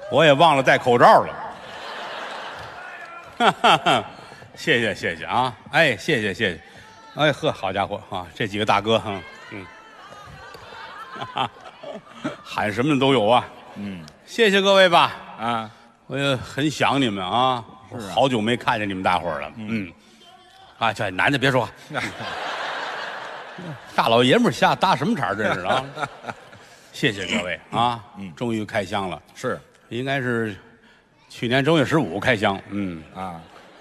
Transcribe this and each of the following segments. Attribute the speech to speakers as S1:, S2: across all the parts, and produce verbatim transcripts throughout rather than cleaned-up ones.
S1: 我也忘了戴口罩了。哈哈哈，谢谢谢谢啊，哎，谢谢谢谢，哎呵，好家伙啊，这几个大哥，嗯嗯，哈哈，喊什么的都有啊。
S2: 嗯，
S1: 谢谢各位吧，
S2: 啊，
S1: 我也很想你们啊，我好久没看见你们大伙儿了。嗯，啊，这男的别说话，大老爷们儿瞎搭什么茬儿，真是的啊。谢谢各位啊，终于开箱了，
S2: 是
S1: 应该是去年正月十五开箱，嗯
S2: 啊，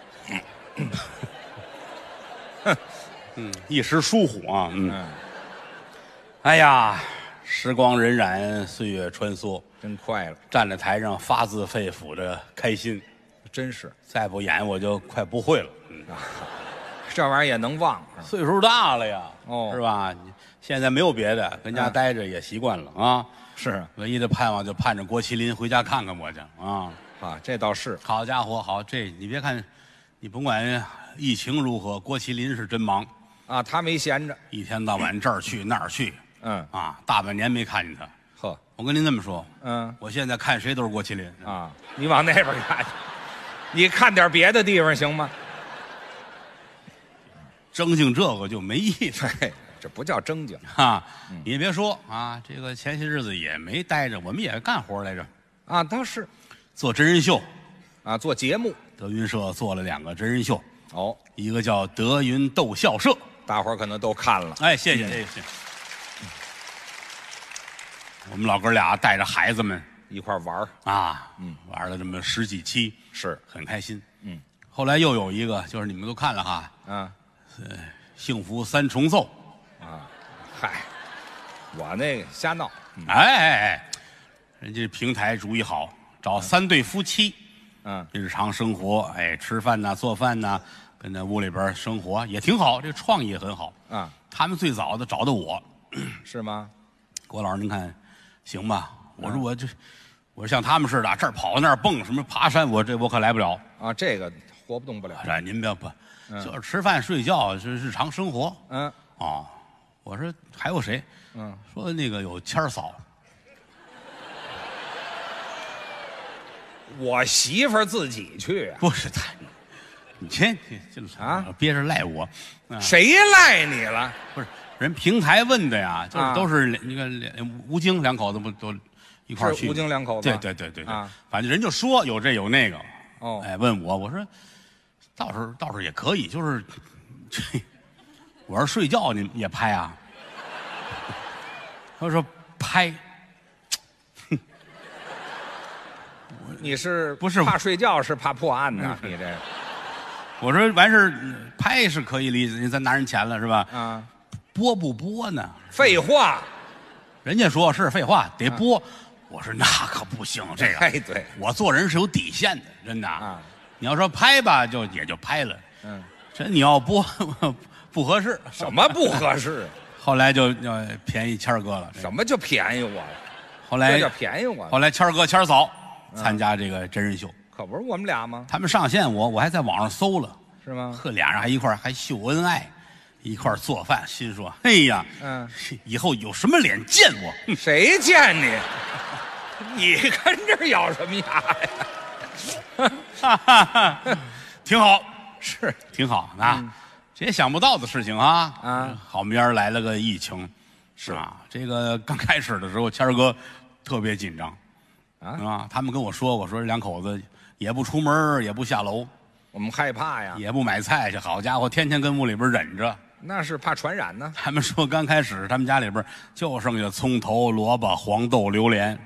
S1: 嗯，一时疏忽啊，嗯，
S2: 嗯，
S1: 哎呀，时光荏苒，岁月穿梭，
S2: 真快了，
S1: 站在台上发自肺腑的开心，
S2: 真是
S1: 再不演我就快不会了，嗯，
S2: 这玩意儿也能忘是吧
S1: 岁数大了呀，
S2: 哦
S1: 是吧？现在没有别的，跟家
S2: 嗯
S1: 待着也习惯了啊。
S2: 是
S1: 唯一的盼望就盼着郭麒麟回家看看我去啊！
S2: 啊，这倒是
S1: 好家伙，好这你别看，你甭管疫情如何，郭麒麟是真忙，
S2: 啊，他没闲着，
S1: 一天到晚这儿去那儿去
S2: 嗯，
S1: 啊，大半年没看见他。
S2: 呵，
S1: 我跟您这么说，
S2: 嗯
S1: 我现在看谁都是郭麒麟
S2: 啊，你往那边看去，你看点别的地方行吗？
S1: 正经这个就没意思
S2: 嘿，这不叫正经
S1: 哈。你也别说啊，这个前些日子也没待着，我们也干活来着，
S2: 啊，倒是
S1: 做真人秀。
S2: 啊，做节目
S1: 德云社做了两个真人秀，
S2: 哦，
S1: 一个叫德云逗笑社。
S2: 大伙儿可能都看了，
S1: 哎，谢谢，谢谢。我们老哥俩带着孩子们
S2: 一块儿玩儿
S1: 啊，嗯，玩了这么十几期，
S2: 是，
S1: 很开心。
S2: 嗯，
S1: 后来又有一个，就是你们都看了哈，
S2: 啊
S1: 幸福三重奏。
S2: 啊，嗨，我那个瞎闹，
S1: 哎哎哎，人家平台主意好，找三对夫妻，
S2: 嗯，
S1: 日常生活，哎，吃饭呐、做饭呐，跟那屋里边生活也挺好，这创意也很好。
S2: 啊，
S1: 他们最早的找的我，
S2: 是吗？
S1: 郭老师，您看行吧？我说我这，我说像他们似的，这儿跑那儿蹦，什么爬山，我这我可来不了。
S2: 啊，这个活不动不了，
S1: 哎，您不要不，就是吃饭睡觉是日常生活
S2: 嗯
S1: 啊。我说还有谁？
S2: 嗯，
S1: 说那个有谦儿嫂，
S2: 我媳妇儿自己去啊，
S1: 不是他，你这这这
S2: 啊
S1: 憋着赖我，啊
S2: 谁赖你了？
S1: 不是人平台问的呀，就是
S2: 啊
S1: 都是那个两吴京两口子不都一块儿去？
S2: 是吴京两口子
S1: 对对对对对
S2: 啊，
S1: 反正人就说有这有那个，
S2: 哦
S1: 哎，问我，我说倒是倒是也可以，就是这，我说睡觉你也拍啊？他说拍，
S2: 你是
S1: 不是
S2: 怕睡觉，是怕破案呢？你这
S1: 我说完事儿拍是可以理解，咱拿人钱了是吧？
S2: 啊，
S1: 播不播呢？
S2: 废话，
S1: 人家说是废话，得播。我说那可不行，这个，
S2: 哎对，
S1: 我做人是有底线的，真的
S2: 啊。
S1: 你要说拍吧，就也就拍了。
S2: 嗯，
S1: 这你要播不合适，
S2: 什么不合适？
S1: 后来就要便宜谦儿哥了。
S2: 什么就便宜我了？
S1: 后来
S2: 这叫便宜我了？
S1: 后来谦儿哥谦儿嫂参加这个真人秀，
S2: 可不是我们俩吗？
S1: 他们上线我我还在网上搜了，
S2: 是吗？
S1: 呵，俩人还一块儿还秀恩爱，一块儿做饭，心说哎呀，
S2: 嗯，
S1: 以后有什么脸见我？哼
S2: 谁见你？你跟这儿咬什么牙呀？
S1: 哈哈哈，挺好，
S2: 是
S1: 挺好啊，这也想不到的事情啊
S2: 啊！
S1: 好面儿来了个疫情，是吧？这个刚开始的时候，谦儿哥特别紧张
S2: 啊
S1: 啊！他们跟我说过，说这两口子也不出门，也不下楼，
S2: 我们害怕呀，
S1: 也不买菜去，好家伙，天天跟屋里边忍着。
S2: 那是怕传染呢。
S1: 他们说刚开始他们家里边就剩下葱头、萝卜、黄豆、榴莲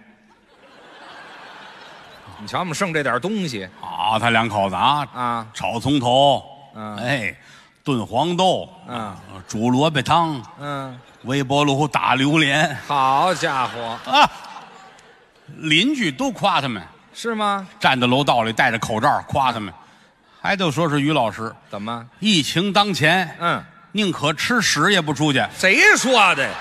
S2: 你瞧，我们剩这点东西
S1: 啊，他两口子啊
S2: 啊，
S1: 炒葱头，
S2: 嗯
S1: 哎，炖黄豆，
S2: 嗯，
S1: 煮萝卜汤，
S2: 嗯，
S1: 微波炉打榴莲
S2: 好家伙，
S1: 啊！邻居都夸他们，
S2: 是吗？
S1: 站在楼道里戴着口罩夸他们，还都说是于老师。
S2: 怎么？
S1: 疫情当前，
S2: 嗯，
S1: 宁可吃屎也不出去。
S2: 谁说的？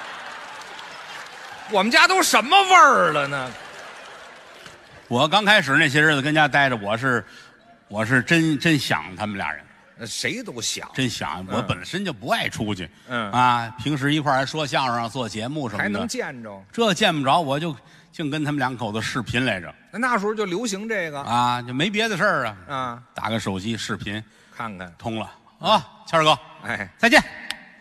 S2: 我们家都什么味儿了呢？
S1: 我刚开始那些日子跟家待着，我是，我是真真想他们俩人，
S2: 呃谁都想，
S1: 真想。我本身就不爱出去，
S2: 嗯
S1: 啊，平时一块儿还说相声啊，做节目什么的，
S2: 还能见着。
S1: 这见不着，我就净跟他们两口子视频来着
S2: 那时候就流行这个
S1: 啊，就没别的事儿啊，
S2: 啊，
S1: 打个手机视频
S2: 看看，
S1: 通了啊，谦儿哥，
S2: 哎，
S1: 再见。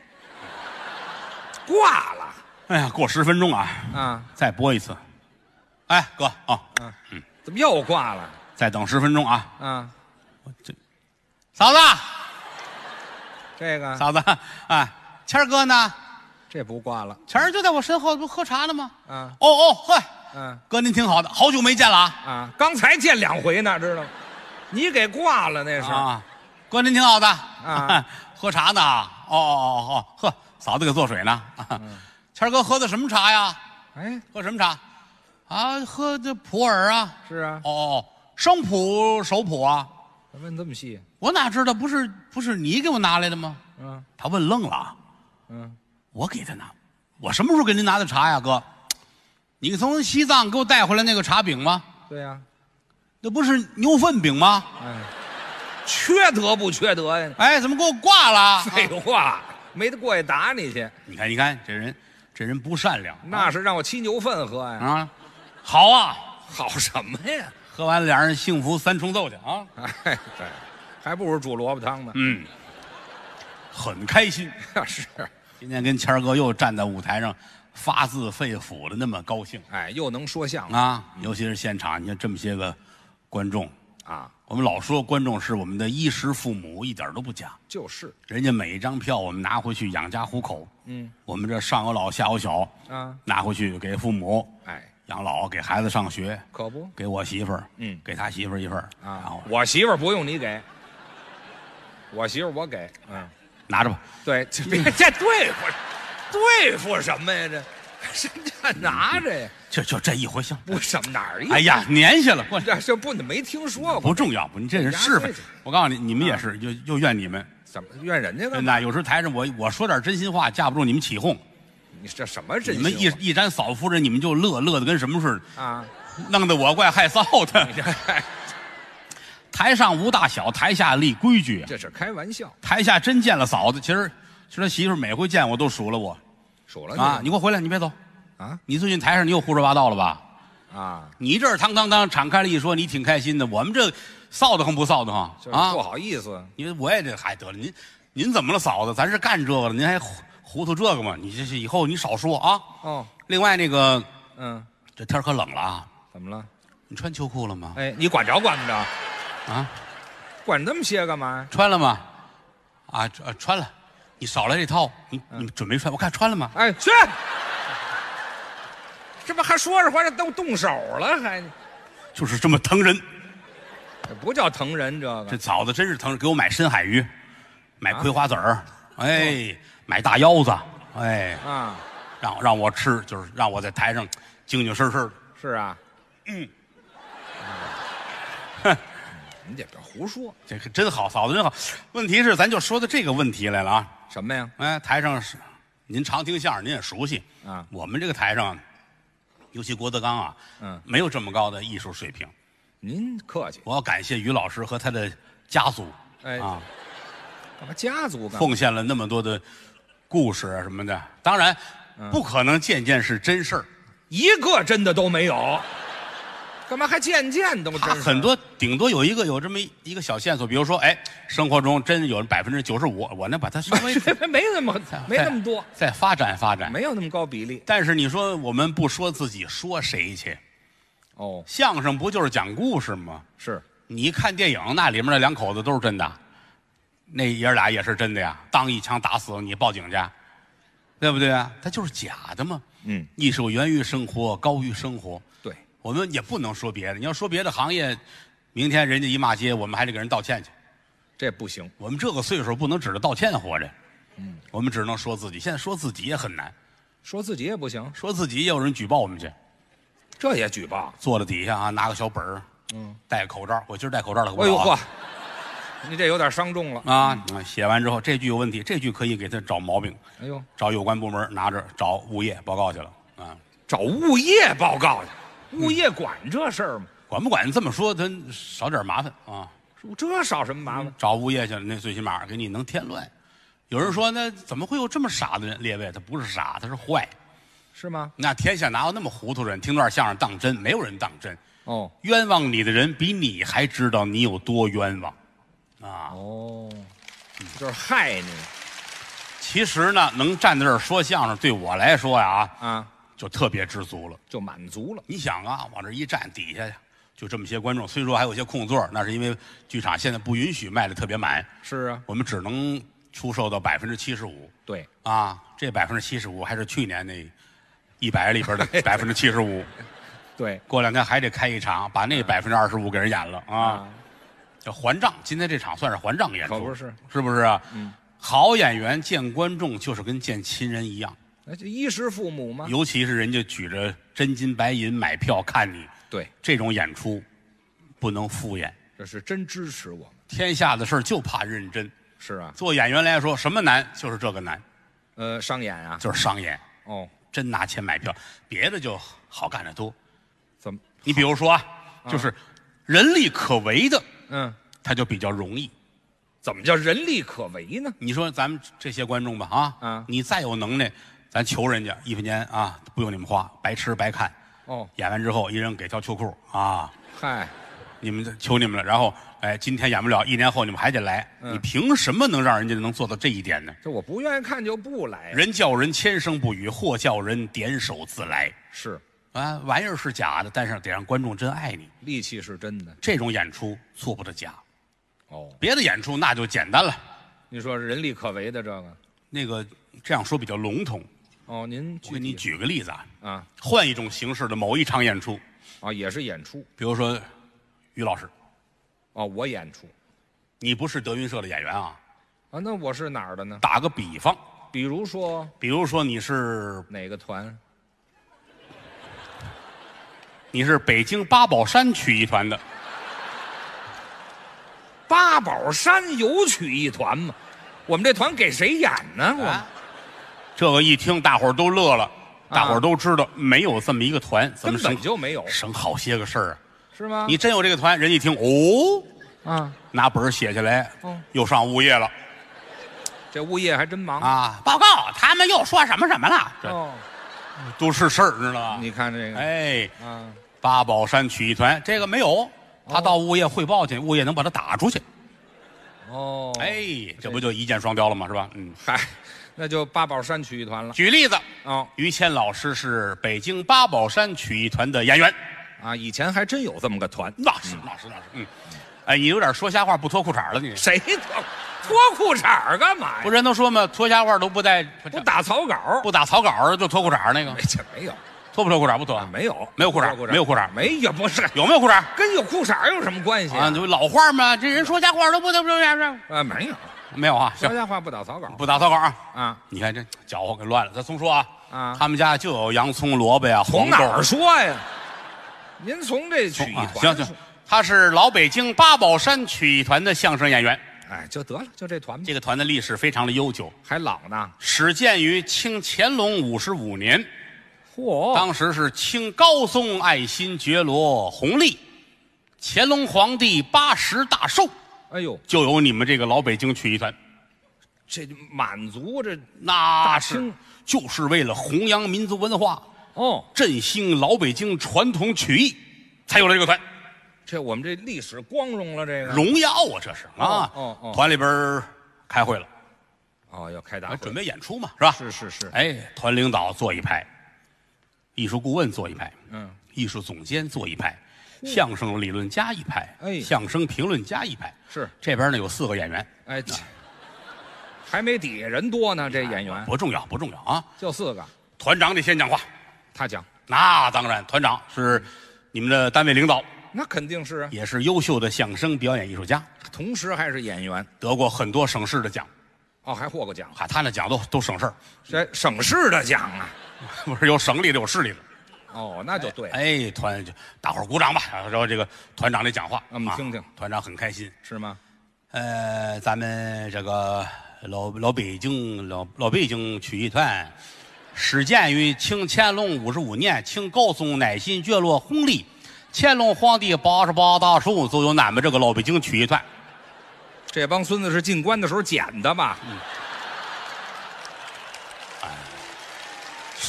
S2: 挂了
S1: 哎呀，过十分钟啊，
S2: 啊
S1: 再拨一次。哎，哥啊，
S2: 啊，怎么又挂了
S1: 再等十分钟啊。
S2: 啊？
S1: 嫂子，
S2: 这个
S1: 嫂子，哎，谦儿哥呢？
S2: 这不挂了
S1: 谦儿就在我身后，不喝茶呢吗？
S2: 啊，
S1: 哦哦，呵，
S2: 嗯
S1: 哥您挺好的，好久没见了啊。
S2: 啊，刚才见两回呢，知道吗？你给挂了那是
S1: 啊，哥您挺好的
S2: 啊，
S1: 喝茶呢。哦哦哦，呵，嫂子给做水呢。谦儿哥喝的什么茶呀？
S2: 哎，
S1: 喝什么茶？啊，喝的普洱啊。
S2: 是啊，
S1: 哦哦，生普熟普啊？
S2: 问这么细，
S1: 我哪知道？不是不是你给我拿来的吗？
S2: 嗯
S1: 他问愣了。
S2: 嗯，
S1: 我给他拿，我什么时候给您拿的茶呀，哥？你从西藏给我带回来那个茶饼吗？
S2: 对呀，
S1: 那不是牛粪饼吗？
S2: 哎，缺德不缺德呀？
S1: 哎，怎么给我挂了？
S2: 废话，没得过去打你去，
S1: 你看，你看，这人，这人不善良。
S2: 那是让我沏牛粪喝呀。
S1: 啊，好啊，
S2: 好什么呀？
S1: 喝完了俩人幸福三重奏去啊。
S2: 哎，对，还不如煮萝卜汤呢。
S1: 嗯，很开心。
S2: 是，
S1: 今天跟谦儿哥又站在舞台上，发自肺腑的那么高兴
S2: 哎，又能说相声
S1: 啊！尤其是现场，你看这么些个观众，
S2: 啊，
S1: 我们老说观众是我们的衣食父母，一点都不假。
S2: 就是，
S1: 人家每一张票我们拿回去养家糊口，
S2: 嗯
S1: 我们这上有老下有小，
S2: 啊，
S1: 拿回去给父母
S2: 哎，
S1: 养老，给孩子上学，
S2: 可不
S1: 给我媳妇儿，
S2: 嗯
S1: 给他媳妇儿一份儿然
S2: 啊
S1: 后，
S2: 我媳妇儿不用你给，我媳妇儿我给，嗯，
S1: 拿着吧。
S2: 对，这别这对付，对付什么呀？这是这拿着呀？
S1: 就就这一回行。
S2: 不什么哪儿一？
S1: 哎呀，年下了，过去
S2: 这这不没听说过，
S1: 不重要，不，你这是是非。我告诉你，你们也是，就就怨你们。
S2: 怎么怨人家干嘛？
S1: 真的，有时候台上我我说点真心话，架不住你们起哄。
S2: 你这什么真
S1: 你们一
S2: 心话
S1: 一沾嫂夫人，你们就乐乐的跟什么似的，
S2: 啊？
S1: 弄得我怪害臊的。
S2: 你这
S1: 台上无大小，台下立规矩。
S2: 这是开玩笑，
S1: 台下真见了嫂子，其实其实他媳妇儿每回见我都数落我
S2: 数了
S1: 啊！你给我回来，你别走
S2: 啊
S1: 你最近台上你又胡说八道了吧？
S2: 啊，
S1: 你这儿堂堂当敞开了一说，你挺开心的，我们这臊得慌不臊得慌啊
S2: 就是不？好意思
S1: 因为我也这还得了，您您怎么了，嫂子？咱是干这个的，您还糊糊涂这个吗？你这是以后你少说啊。
S2: 哦，
S1: 另外那个
S2: 嗯，
S1: 这天儿可冷了啊，
S2: 怎么了？
S1: 你穿秋裤了吗？
S2: 哎，你管着管不着？
S1: 啊，
S2: 管这么些干嘛呀？
S1: 穿了吗？啊，呃穿了。你少来这套，你你准备穿？我看穿了吗？
S2: 哎，去！这不还说着话，这都动手了，还
S1: 就是这么疼人。
S2: 这不叫疼人，这个
S1: 这嫂子真是疼人，给我买深海鱼，买葵花籽儿，哎，买大腰子，哎，
S2: 啊，
S1: 让让我吃，就是让我在台上精精神神的。
S2: 是啊，
S1: 嗯，
S2: 哼，你这别胡说，
S1: 这个真好，嫂子真好。问题是，咱就说到这个问题来了啊。
S2: 什么呀？
S1: 哎，台上是您常听相声，您也熟悉
S2: 啊
S1: 我们这个台上，尤其郭德纲啊，
S2: 嗯
S1: 没有这么高的艺术水平。
S2: 您客气，
S1: 我要感谢于老师和他的家族，
S2: 哎
S1: 啊，
S2: 干嘛家族干嘛？
S1: 奉献了那么多的故事啊什么的。当然，
S2: 嗯
S1: 不可能件件是真事儿，
S2: 一个真的都没有，干嘛还件件都真是？
S1: 他很多顶多有一个有这么一一个小线索，比如说，哎，生活中真有百分之九十五，我呢把它稍微
S2: 没没那么没那么多，
S1: 再发展发展。
S2: 没有那么高比例。
S1: 但是你说我们不说自己，说谁去？
S2: 哦，
S1: 相声不就是讲故事吗？
S2: 是
S1: 你看电影，那里面那两口子都是真的，那爷儿俩也是真的呀。当一枪打死你，报警去，对不对啊？它就是假的嘛。
S2: 嗯，
S1: 艺术源于生活，高于生活。
S2: 对，
S1: 我们也不能说别的。你要说别的行业，明天人家一骂街，我们还得给人道歉去。
S2: 这不行。
S1: 我们这个岁数不能指着道歉活着。嗯，我们只能说自己。现在说自己也很难，
S2: 说自己也不行，
S1: 说自己也有人举报我们去。
S2: 这也举报。
S1: 坐在底下啊，拿个小本儿，
S2: 嗯，
S1: 戴个口罩。我今儿戴口罩了，可不
S2: 哎呦
S1: 好啊
S2: 嚯，你这有点伤重了。
S1: 啊！写完之后，这句有问题，这句可以给他找毛病，
S2: 哎呦，
S1: 找有关部门拿着找物业报告去了啊！
S2: 找物业报告去，物业管这事儿吗？
S1: 管不管这么说，他少点麻烦啊！
S2: 这少什么麻烦？
S1: 找物业去了，那最起码给你能添乱。有人说，那怎么会有这么傻的人？列位，他不是傻，他是坏。
S2: 是吗？
S1: 那天下哪有那么糊涂人？听段相声当真？没有人当真。
S2: 哦
S1: 冤枉你的人比你还知道你有多冤枉，啊！
S2: 哦，就是害你
S1: 其实呢，能站在这儿说相声，对我来说呀，
S2: 啊，
S1: 就特别知足了。
S2: 就满足了。
S1: 你想啊，往这一站，底下就这么些观众，虽说还有些空座，那是因为剧场现在不允许卖的特别满，
S2: 是啊，
S1: 我们只能出售到百分之七十五。
S2: 对，
S1: 啊，这百分之七十五还是去年那一百里边的百分之七十五。
S2: 对
S1: 过两天还得开一场，把那百分之二十五给人演了啊！叫还账，今天这场算是还账演出，
S2: 可不是？
S1: 是不是啊？
S2: 嗯，
S1: 好演员见观众就是跟见亲人一样，
S2: 那就衣食父母嘛。
S1: 尤其是人家举着真金白银买票看你，
S2: 对，
S1: 这种演出不能敷衍。
S2: 这是真支持我们。
S1: 天下的事儿就怕认真。
S2: 是啊，
S1: 做演员来说，什么难？就是这个难，
S2: 呃，商演啊。
S1: 就是商演。
S2: 哦，
S1: 真拿钱买票，别的就好干得多。
S2: 怎么？
S1: 你比如说啊，就是人力可为的，
S2: 嗯，
S1: 它就比较容易。
S2: 怎么叫人力可为呢？
S1: 你说咱们这些观众吧，啊，
S2: 啊
S1: 你再有能耐，咱求人家一分钱啊，不用你们花，白吃白看。
S2: 哦，
S1: 演完之后，一人给条秋裤啊，
S2: 嗨，
S1: 你们求你们了。然后，哎，今天演不了，一年后你们还得来。
S2: 嗯
S1: 你凭什么能让人家能做到这一点呢？
S2: 这我不愿意看就不来。
S1: 人叫人千声不语，货叫人点手自来。
S2: 是，
S1: 啊，玩意儿是假的，但是得让观众真爱你。
S2: 力气是真的。
S1: 这种演出做不得假，
S2: 哦，
S1: 别的演出那就简单了。
S2: 你说人力可为的这个，
S1: 那个这样说比较笼统，
S2: 哦，您
S1: 我给你举个例子啊，
S2: 啊，
S1: 换一种形式的某一场演出，
S2: 啊，也是演出。
S1: 比如说于老师，
S2: 哦，我演出
S1: 你不是德云社的演员啊。
S2: 啊，那我是哪儿的呢？
S1: 打个比方，
S2: 比如说
S1: 比如说你是
S2: 哪个团？
S1: 你是北京八宝山曲艺团的，
S2: 八宝山有曲艺团吗？我们这团给谁演呢？我、
S1: 啊，这个一听大伙儿都乐了，大伙儿都知道没有这么一个团，怎么
S2: 根
S1: 省
S2: 本就没有，
S1: 省好些个事儿啊？
S2: 是吗？
S1: 你真有这个团，人一听哦，
S2: 啊，
S1: 拿本儿写下来，
S2: 哦
S1: 又上物业了
S2: 这物业还真忙
S1: 啊！报告，他们又说什么什么了？这
S2: 哦，
S1: 都是事儿，知道吗？
S2: 你看这个，
S1: 哎，
S2: 啊，
S1: 八宝山曲艺团这个没有，他到物业汇报去，物业能把他打出去。
S2: 哦，，
S1: 哎，这不就一箭双雕了吗？是吧？嗯。
S2: 嗨，那就八宝山曲艺团了。
S1: 举例子，
S2: 哦，
S1: 于谦老师是北京八宝山曲艺团的演员。
S2: 啊，以前还真有这么个团。
S1: 那是，那是，那是。嗯。哎，你有点说瞎话不脱裤衩了，你。
S2: 谁脱脱裤衩儿干嘛呀？
S1: 不是人都说吗？脱瞎话都不带
S2: 不打草稿，
S1: 不打草稿就脱裤衩那个
S2: 没，这没有
S1: 脱不脱裤衩不脱
S2: 啊，？没有，
S1: 没有裤衩，没有裤衩，
S2: 没有，不是，
S1: 有没有裤衩？
S2: 跟有裤衩有什么关系
S1: 啊，就老话嘛，这人说瞎话都不得不这样。
S2: 啊，没有，
S1: 没有啊，行，
S2: 说瞎话不打草稿
S1: 不打草稿啊。
S2: 啊
S1: 你看这搅和给乱了。咱重说啊，
S2: 啊！
S1: 他们家就有洋葱、萝卜呀、黄豆
S2: 从哪儿说呀？您从这曲艺
S1: 啊
S2: 团
S1: 行行，他是老北京八宝山曲艺团的相声演员。
S2: 哎，就得了，就这团吧，
S1: 这个团的历史非常的悠久，
S2: 还老呢。
S1: 始建于清乾隆五十五年，
S2: 嚯，
S1: 当时是清高宗爱新觉罗弘历，乾隆皇帝八十大寿，
S2: 哎呦，
S1: 就有你们这个老北京曲艺团。
S2: 这就满族这
S1: 那是
S2: 大清
S1: 就是为了弘扬民族文化，
S2: 哦，
S1: 振兴老北京传统曲艺，才有了这个团。
S2: 这我们这历史光荣了，这个
S1: 荣耀啊，这是啊！
S2: 哦哦哦
S1: 团里边儿开会了，
S2: 哦要开大会，
S1: 准备演出嘛，是吧？
S2: 是是是，
S1: 哎，团领导坐一排，艺术顾问坐一排，
S2: 嗯，
S1: 艺术总监坐一排，相声理论家一排，
S2: 哎
S1: 相声评论家一排。
S2: 是，
S1: 这边呢有四个演员，
S2: 哎，还没底下人多呢，这演员
S1: 不重要，不重要啊。
S2: 就四个，
S1: 团长得先讲话，
S2: 他讲，
S1: 那当然，团长是你们的单位领导，
S2: 那肯定是啊，
S1: 也是优秀的相声表演艺术家，
S2: 同时还是演员，
S1: 得过很多省市的奖。
S2: 哦，还获过奖，
S1: 哈，他那奖都都省事儿，
S2: 这省市的奖啊，
S1: 不是有省里的有市里的。
S2: 哦，那就对，
S1: 哎，团就大伙儿鼓掌吧。然后这个团长得讲话，啊
S2: 我们听听
S1: 团长很开心。
S2: 是吗？
S1: 呃，咱们这个老老北京老老北京曲艺团，始建于清乾隆五十五年，清高宗乃新觉罗弘历，乾隆皇帝八十八大寿，就有俺们这个老北京曲艺团。
S2: 这帮孙子是进关的时候捡的吧？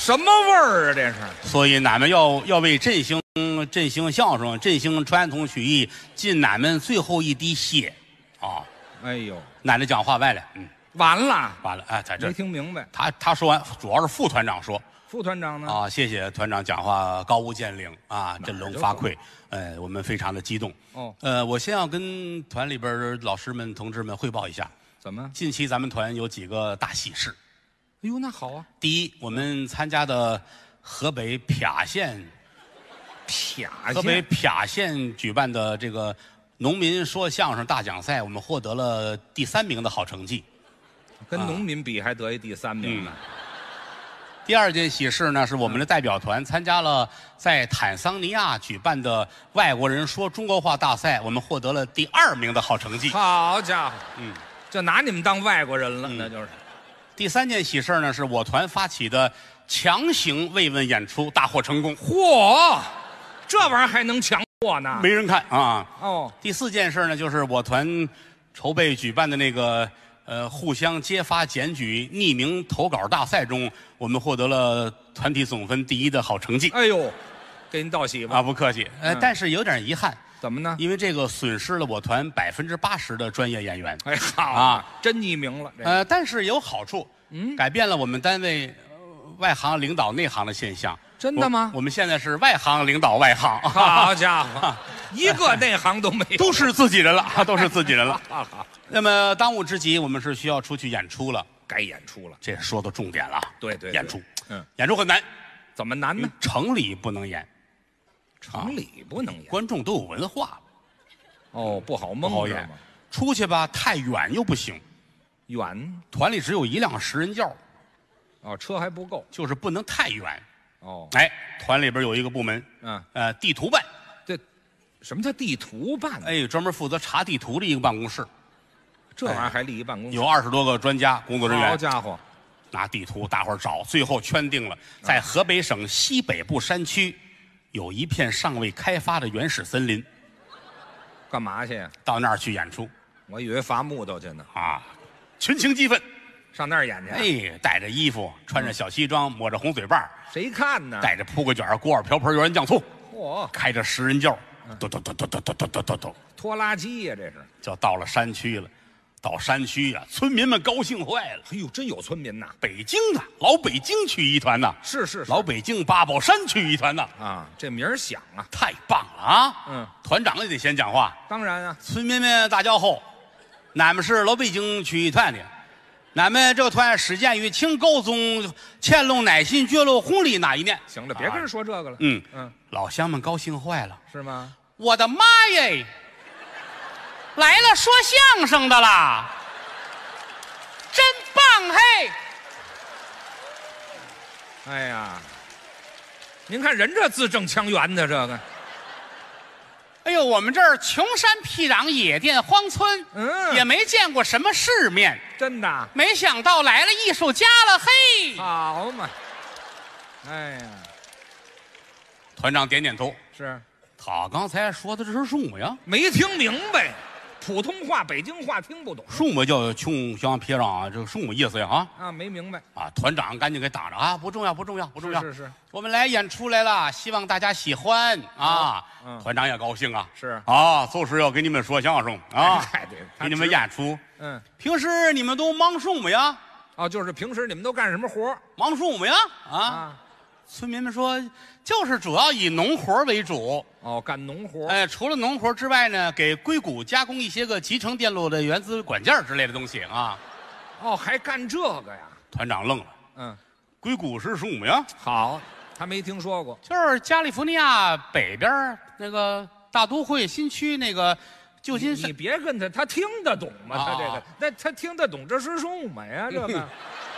S2: 什么味儿啊？这是。
S1: 所以俺们要要为振兴振兴相声、振兴传统曲艺尽俺们最后一滴血啊！
S2: 哎呦，
S1: 俺这讲话完了，嗯，
S2: 完了，
S1: 完了，哎，在这
S2: 没听明白。
S1: 他他说完，主要是副团长说
S2: 副团长呢？
S1: 啊，谢谢团长讲话高屋建瓴啊，振聋发聩，呃，我们非常的激动。
S2: 哦，
S1: 呃，我先要跟团里边老师们、同志们汇报一下，
S2: 怎么？
S1: 近期咱们团有几个大喜事。
S2: 哎呦，那好啊！
S1: 第一，我们参加的河北啪县，
S2: 啪
S1: 河北啪县举办的这个农民说相声大奖赛，我们获得了第三名的好成绩。
S2: 跟农民比还得一第三名呢。
S1: 第二件喜事呢，是我们的代表团参加了在坦桑尼亚举办的外国人说中国话大赛，我们获得了第二名的好成绩。
S2: 好家伙，
S1: 嗯，
S2: 就拿你们当外国人了，那就是。
S1: 第三件喜事呢，是我团发起的强行慰问演出大获成功。
S2: 嚯，这玩意儿还能强获呢？
S1: 没人看啊。
S2: 哦，
S1: 第四件事呢，就是我团筹备举办的那个呃互相揭发检举匿名投稿大赛中，我们获得了团体总分第一的好成绩。
S2: 哎呦，给您道喜吧。
S1: 啊，不客气。呃，
S2: 嗯
S1: 但是有点遗憾。
S2: 怎么呢？
S1: 因为这个损失了我团百分之八十的专业演员。
S2: 哎，好
S1: 啊，
S2: 真匿名了。这
S1: 呃，但是有好处，
S2: 嗯，
S1: 改变了我们单位呃外行领导内行的现象。
S2: 真的吗？
S1: 我, 我们现在是外行领导外行。
S2: 好家伙，一个内行都没有，
S1: 都是自己人了，都是自己人了。那么当务之急，我们是需要出去演出了，
S2: 该演出了。
S1: 这说到重点了。
S2: 对对，
S1: 演出，
S2: 嗯，
S1: 演出很难，
S2: 怎么难呢？
S1: 城里不能演，
S2: 城里不能演，
S1: 观众都有文化。
S2: 哦，不好蒙
S1: 不好演
S2: 吗？
S1: 出去吧，太远又不行。
S2: 远
S1: 团里只有一辆十人轿，
S2: 哦，车还不够。
S1: 就是不能太远。
S2: 哦，
S1: 哎，团里边有一个部门，
S2: 嗯，
S1: 呃，地图办。
S2: 这什么叫地图办？
S1: 哎，专门负责查地图的一个办公室，
S2: 这玩意儿还立一办公室？
S1: 有二十多个专家工作人员。
S2: 好家伙，
S1: 拿地图大伙儿找，最后圈定了，在河北省西北部山区，有一片尚未开发的原始森林。
S2: 干嘛去呀？
S1: 到那儿去演出
S2: 我以为伐木头去呢。
S1: 啊，群情激愤。
S2: 上那儿演去？
S1: 哎，带着衣服，穿着小西装，抹着红嘴巴，
S2: 谁看呢？
S1: 带着铺个卷、锅碗瓢盆、油盐酱醋，
S2: 嚯，
S1: 开着十人轿，嘟嘟嘟嘟嘟嘟嘟嘟嘟嘟，
S2: 拖拉机呀，这是。
S1: 就到了山区了。到山区呀，村民们高兴坏了。
S2: 哎呦，真有村民呐！
S1: 北京的老北京曲艺团呐，
S2: 是是是，
S1: 老北京八宝山曲艺团呐，
S2: 啊，这名儿响啊。
S1: 太棒了啊！
S2: 嗯，
S1: 团长也得先讲话。
S2: 当然啊，
S1: 村民们大家好，俺们是老北京曲艺团的，俺们这个团始建于清高宗乾隆乃辛爵禄弘历那一年。
S2: 行了，别跟人说这个了。
S1: 嗯
S2: 嗯，
S1: 老乡们高兴坏了。
S2: 是吗？
S1: 我的妈耶，来了说相声的啦，真棒嘿！
S2: 哎呀，您看人这字正腔圆的这个，
S1: 哎呦，我们这儿穷山僻壤、野店荒村，
S2: 嗯
S1: 也没见过什么世面，
S2: 真的
S1: 没想到来了艺术家了嘿！
S2: 好嘛。哎呀，
S1: 团长点点头，
S2: 是
S1: 他刚才说的这是什么呀？
S2: 没听明白，普通话、北京话听不懂
S1: 什么叫穷乡僻壤啊？这什么意思呀？啊
S2: 啊，没明白。
S1: 啊！团长赶紧给挡着啊！不重要，不重要，不重要。
S2: 是是是，
S1: 我们来演出来了，希望大家喜欢啊！
S2: 嗯
S1: 团长也高兴啊。
S2: 是
S1: 啊，就是要给你们说相声啊，
S2: 哎对，他
S1: 给你们
S2: 知
S1: 演出。
S2: 嗯，
S1: 平时你们都忙什么呀？
S2: 哦，就是平时你们都干什么活儿
S1: 忙什么呀？啊！
S2: 啊？
S1: 村民们说，就是主要以农活为主。
S2: 哦，干农活儿。
S1: 哎，除了农活之外呢，给硅谷加工一些个集成电路的原子管件之类的东西啊。
S2: 哦，还干这个呀？
S1: 团长愣了，
S2: 嗯，
S1: 硅谷是什么呀？
S2: 好，他没听说过。
S1: 就是加利福尼亚北边儿那个大都会新区那个旧金山。
S2: 你别跟他，他听得懂吗？
S1: 啊
S2: 他这个，那他听得懂这是什么呀？这个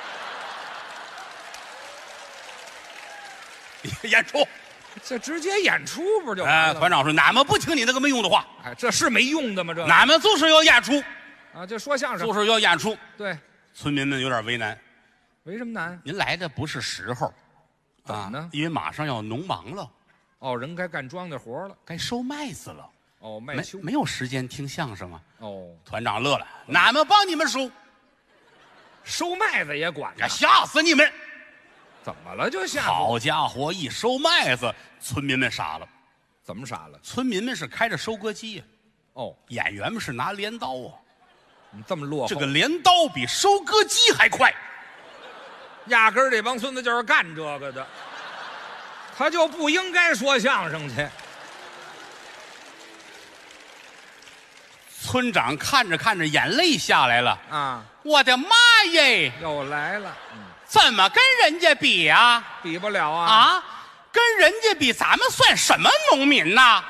S1: 演出。
S2: 这直接演出不就完
S1: 哎，
S2: 了吗？
S1: 团长说，俺们不听你那个没用的话，
S2: 哎，这是没用的吗？这
S1: 俺们就是要演出，
S2: 啊，就说相声
S1: 就是要演出。
S2: 对，
S1: 村民们有点为难，
S2: 为什么难？
S1: 您来的不是时候，
S2: 怎么呢？
S1: 因为马上要农忙了，
S2: 哦，人该干庄稼活了。
S1: 该收麦子了，
S2: 哦，卖
S1: 没
S2: 秋。
S1: 没有时间听相声啊。
S2: 哦，
S1: 团长乐了，俺们帮你们收，
S2: 收麦子也管呢
S1: 呀，。吓死你们！
S2: 怎么了？就吓唬？
S1: 好家伙，一收麦子，村民们傻了。
S2: 怎么傻了？
S1: 村民们是开着收割机呀、
S2: 哦，
S1: 演员们是拿镰刀啊。
S2: 你这么落后，
S1: 这个镰刀比收割机还快。
S2: 压根儿这帮孙子就是干这个的，他就不应该说相声去。
S1: 村长看着看着，眼泪下来了。
S2: 啊，
S1: 我的妈耶！
S2: 又来了，嗯，
S1: 怎么跟人家比呀、
S2: 比不了啊！
S1: 啊，跟人家比，咱们算什么农民呐？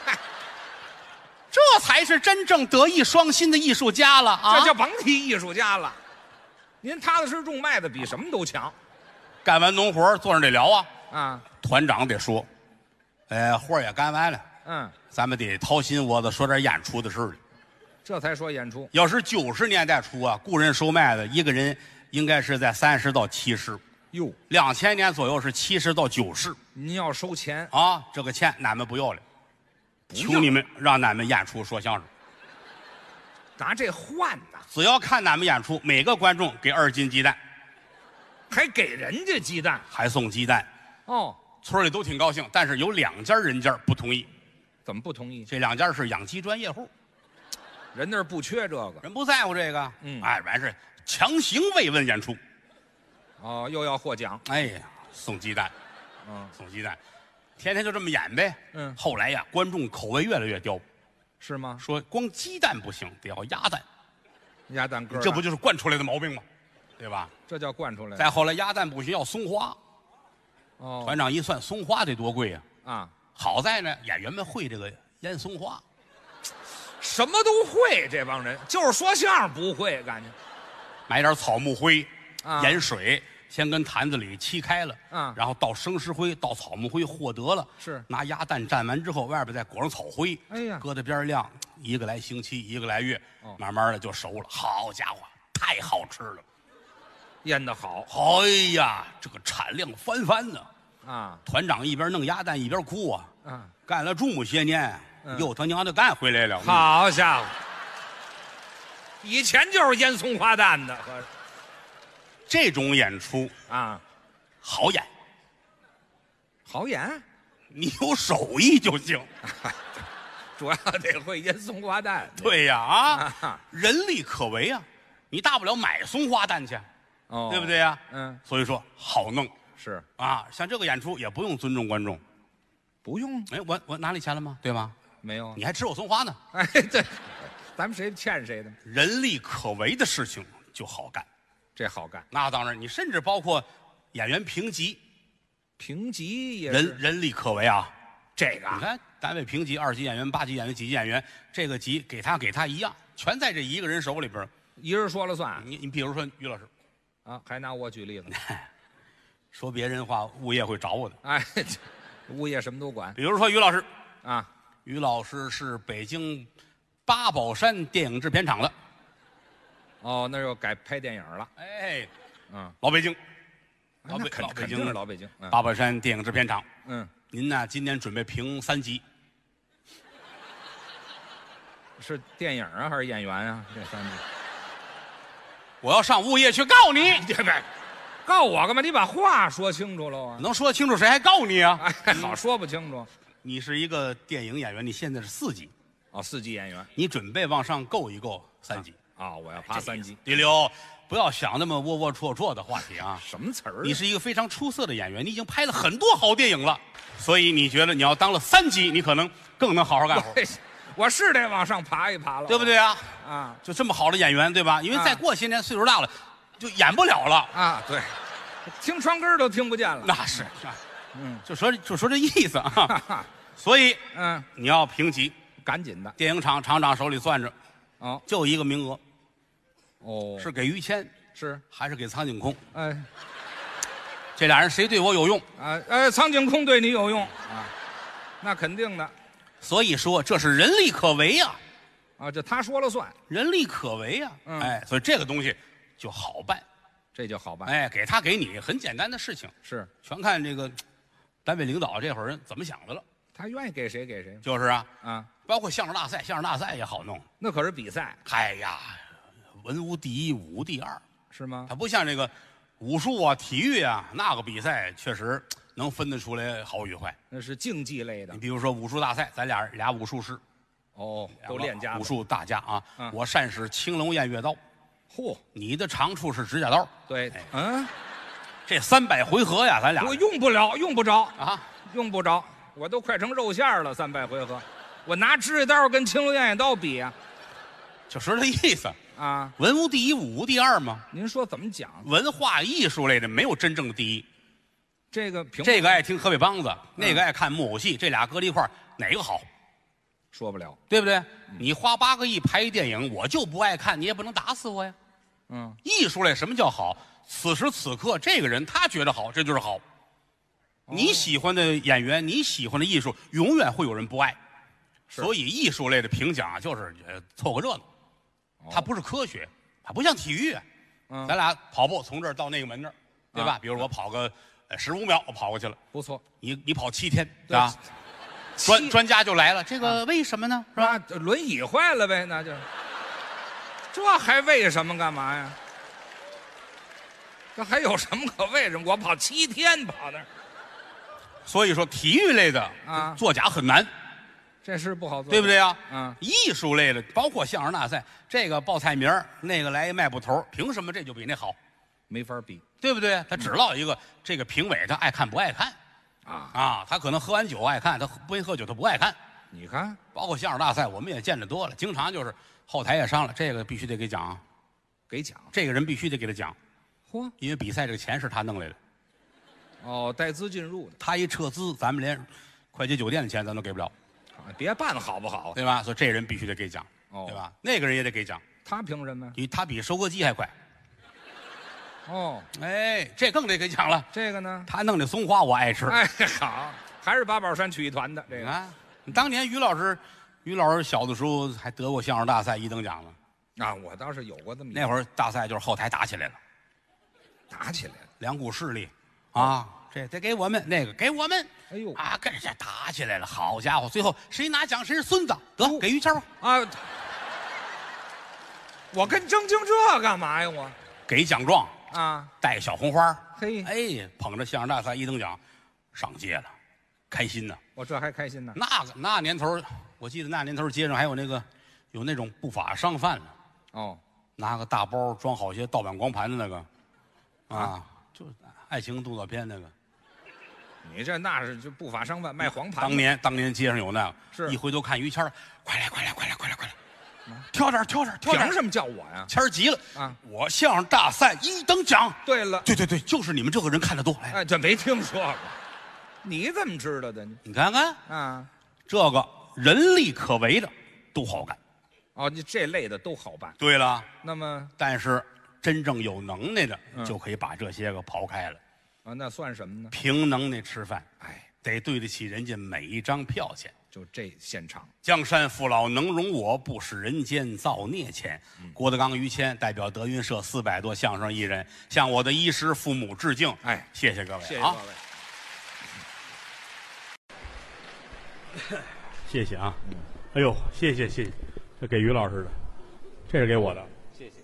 S1: 这才是真正德艺双馨的艺术家了啊！
S2: 这就甭提艺术家了。您踏踏实实种麦子，比什么都强
S1: 干完农活坐那得聊啊。
S2: 啊！
S1: 团长得说，呃，活儿也干完了，
S2: 嗯，
S1: 咱们得掏心窝子说点演出的事儿。
S2: 这才说演出
S1: 要是九十年代初啊，雇人收麦子，一个人应该是在三十到七十。
S2: 哟。
S1: 两千年左右是七十到九十
S2: 您要收钱，
S1: 啊，这个钱俺们不要了，
S2: 不要
S1: 求你们让俺们演出说相声。
S2: 拿这换呐，
S1: 只要看俺们演出，每个观众给二斤鸡蛋，
S2: 还给人家鸡蛋
S1: 还送鸡蛋。
S2: 哦？
S1: 村里都挺高兴，但是有两家人家不同意。
S2: 怎么不同意？
S1: 这两家是养鸡专业户，
S2: 人那儿不缺这个
S1: 人不在乎这个。
S2: 嗯
S1: 哎，完事强行慰问演出。
S2: 哦，又要获奖。
S1: 哎呀，送鸡蛋，
S2: 嗯
S1: 送鸡蛋，天天就这么演呗。
S2: 嗯，
S1: 后来呀，观众口味越来越刁，
S2: 是吗？
S1: 说光鸡蛋不行，得要鸭蛋，
S2: 鸭蛋哥，
S1: 这不就是惯出来的毛病吗？对吧？
S2: 这叫惯出来的。
S1: 再后来鸭蛋不行，要松花。
S2: 哦
S1: 团长一算，松花得多贵呀、
S2: 啊，
S1: 好在呢，演员们会这个腌松花，
S2: 什么都会，这帮人就是说相声不会，感觉
S1: 买点草木灰，
S2: 啊
S1: 盐水，先跟坛子里沏开了，
S2: 嗯
S1: 然后倒生石灰，倒草木灰和得了，
S2: 是
S1: 拿鸭蛋蘸完之后，外边再裹上草灰，
S2: 哎呀
S1: 搁在边儿晾，一个来星期，一个来月，
S2: 哦
S1: 慢慢的就熟了。好家伙，太好吃了！
S2: 腌得好
S1: 哎呀，这个产量翻番呢。
S2: 啊
S1: 团长一边弄鸭蛋一边哭啊，
S2: 啊！
S1: 干了这么些年，
S2: 嗯
S1: 又他娘的干回来了。
S2: 好家伙，以前就是腌松花蛋的，合着
S1: 这种演出
S2: 啊，
S1: 好演，
S2: 好演，
S1: 你有手艺就行。
S2: 主要得会腌松花蛋。
S1: 对呀，啊，
S2: 啊，
S1: 人力可为啊，你大不了买松花蛋去，
S2: 哦，
S1: 对不？对呀？
S2: 嗯，
S1: 所以说好弄
S2: 是
S1: 啊，像这个演出也不用尊重观众。
S2: 不用
S1: 哎，我我拿你钱了吗？对吗？
S2: 没有？
S1: 你还吃我松花呢。
S2: 哎，对，咱们谁欠谁的？
S1: 人力可为的事情就好干。
S2: 这好干，
S1: 那当然，你甚至包括演员评级，
S2: 评级也是
S1: 人人力可为啊。
S2: 这个啊
S1: 你看单位评级，二级演员、八级演员、几级演员，这个级给他给他一样，全在这一个人手里边儿。
S2: 一人说了算
S1: 你你比如说于老师，
S2: 啊，还拿我举例子，
S1: 说别人话，物业会找我的。
S2: 哎，这物业什么都管
S1: 比如说于老师，
S2: 啊，
S1: 于老师是北京八宝山电影制片厂的，
S2: 哦，那又改拍电影了，
S1: 哎，
S2: 嗯，
S1: 老北京，老
S2: 那肯
S1: 北老北
S2: 肯定是
S1: 京
S2: 老北京，嗯
S1: 八宝山电影制片厂。
S2: 嗯，
S1: 您呢，今年准备评三级，
S2: 是电影啊还是演员啊？这三级，
S1: 我要上物业去告你，
S2: 这呗，告我干嘛？你把话说清楚了啊！
S1: 能说清楚谁还告你啊？
S2: 哎，好说不清楚。
S1: 你是一个电影演员，你现在是四级，
S2: 哦，四级演员
S1: 你准备往上够一够三级。
S2: 啊，我要爬三级，
S1: 第六，不要想那么龌龊龊龊的话题啊！
S2: 什么词儿啊？
S1: 你是一个非常出色的演员，你已经拍了很多好电影了，所以你觉得你要当了三级，你可能更能好好干活，
S2: 我我是得往上爬一爬了，
S1: 对不对啊？
S2: 啊
S1: 就这么好的演员，对吧？因为
S2: 啊
S1: 再过些年岁数大了，就演不了了。
S2: 啊，对，听窗根儿都听不见了。
S1: 那是，是吧
S2: 嗯
S1: 就说就说这意思啊。
S2: 哈哈，
S1: 所以
S2: 嗯，
S1: 你要评级，
S2: 赶紧的
S1: 电影厂厂长手里攥着
S2: 哦
S1: 就一个名额，
S2: 哦，
S1: 是给于谦
S2: 是，
S1: 还是给苍井空？
S2: 哎
S1: 这俩人谁对我有用？
S2: 啊哎，苍井空对你有用啊，那肯定的
S1: 所以说这是人力可为呀、
S2: 啊，这他说了算，
S1: 人力可为呀、
S2: 嗯
S1: 哎，所以这个东西就好办。
S2: 这就好办。
S1: 哎，给他给你很简单的事情，
S2: 是
S1: 全看这个单位领导这会儿人怎么想的了。
S2: 他愿意给谁给谁
S1: 就是啊，
S2: 啊，
S1: 包括相声大赛，相声大赛也好弄。
S2: 那可是比赛
S1: 哎呀，文无第一，武无第二。
S2: 是吗？
S1: 它不像这个武术啊、体育啊，那个比赛确实能分得出来好与坏。
S2: 那是竞技类的
S1: 你。比如说武术大赛，咱俩俩武术师，
S2: 哦，都练家子。
S1: 武术大家啊。
S2: 嗯
S1: 我善使青龙偃月刀，
S2: 嚯，
S1: 你的长处是指甲刀。
S2: 对，嗯，
S1: 这三百回合呀，咱俩
S2: 我用不了，用不着，
S1: 啊，
S2: 用不着，我都快成肉馅儿了，三百回合，我拿指甲刀跟青龙偃月刀比呀、
S1: 就是这意思。
S2: 啊？
S1: 文无第一，武无第二嘛。
S2: 您说怎么讲？
S1: 文化艺术类的没有真正的第一。
S2: 这个评
S1: 这个爱听河北梆子，那个爱看木偶戏，这俩搁在一块儿哪个好？
S2: 说不了。
S1: 对不对？你花八个亿拍一电影，我就不爱看，你也不能打死我呀。
S2: 嗯，
S1: 艺术类什么叫好？此时此刻，这个人他觉得好，这就是好。你喜欢的演员，你喜欢的艺术，永远会有人不爱。
S2: 是
S1: 所以艺术类的评奖啊，就是呃凑个热闹，它不是科学，它不像体育啊。
S2: 嗯
S1: 咱俩跑步从这儿到那个门那儿，对吧？
S2: 啊
S1: 比如我跑个呃十五秒，我跑过去了，
S2: 不错，
S1: 你你跑七天，
S2: 对
S1: 啊？
S2: 七
S1: 专专家就来了，这个为什么呢？是吧？
S2: 是吧？轮椅坏了呗，那就，这还为什么干嘛呀？这还有什么可为什么？我跑七天跑那儿，
S1: 所以说体育类的
S2: 啊
S1: 作假很难，
S2: 这是不好做，
S1: 对不？对啊？
S2: 嗯，
S1: 艺术类的，包括相声大赛，这个报菜名儿那个来一卖布头儿，凭什么这就比那好？
S2: 没法比
S1: 对不对？他只落一个这个评委，他爱看不爱看
S2: 啊！
S1: 啊？他可能喝完酒爱看，他不会喝酒他不爱看。
S2: 你看，
S1: 包括相声大赛，我们也见得多了，经常就是后台也商量，这个必须得给奖，
S2: 给奖，
S1: 这个人必须得给他奖，
S2: 嚯，
S1: 因为比赛这个钱是他弄来的，
S2: 哦，带资进入的，
S1: 他一撤资，咱们连快捷酒店的钱咱都给不了，
S2: 啊别办好不好？
S1: 对吧？所以这人必须得给奖，
S2: 哦
S1: 对吧？那个人也得给奖，
S2: 他凭什么呀？
S1: 因为他比收割机还快。
S2: 哦，
S1: 哎，这更得给奖了。
S2: 这个呢？
S1: 他弄的松花我爱吃。
S2: 哎，好，还是八宝山曲艺团的这个
S1: 啊，当年于老师，于老师小的时候还得过相声大赛一等奖呢。
S2: 啊，我倒是有过这么一
S1: 那会儿大赛就是后台打起来了，
S2: 打起来了。
S1: 两股势力啊，这得给我们，那个给我们。
S2: 哎呦
S1: 啊，跟人家打起来了，好家伙！最后谁拿奖谁是孙子，得给于谦吧。
S2: 啊！我跟正经这干嘛呀？我
S1: 给奖状，
S2: 啊，
S1: 带小红花，
S2: 嘿，
S1: 哎，捧着相声大赛一等奖上街了，开心呐！
S2: 我这还开心呢。
S1: 那个那年头，我记得那年头街上还有那个有那种不法商贩呢，
S2: 哦，
S1: 拿个大包装好些盗版光盘的那个，啊，就爱情动作片那个。
S2: 你这那是就不法商贩卖黄盘。
S1: 当年当年街上有那个，
S2: 是
S1: 一回头看于谦儿，快来快来快来快来快来，挑点儿挑点儿挑点儿。
S2: 凭什么叫我呀？
S1: 谦儿急了
S2: 啊！
S1: 我相声大赛一等奖。
S2: 对了，
S1: 对对对，就是你们这个人看得多。哎，
S2: 哎，这没听说过，你怎么知道的呢？
S1: 你看看
S2: 啊，
S1: 这个人力可为的都好干。
S2: 哦，你这类的都好办。
S1: 对了，
S2: 那么
S1: 但是真正有能耐的，
S2: 嗯
S1: 就可以把这些个刨开了，
S2: 啊，那算什么呢？
S1: 凭能耐吃饭，
S2: 哎，
S1: 得对得起人家每一张票钱。
S2: 就这现场，
S1: 江山父老能容我，不使人间造孽钱。郭德纲、于谦代表德云社四百多相声艺人，向我的衣食父母致敬。
S2: 哎，
S1: 谢谢各位，
S2: 谢谢
S1: 啊
S2: 各，位。
S1: 谢谢啊！哎呦，谢谢谢谢，这给于老师的，这是给我的。
S2: 谢谢。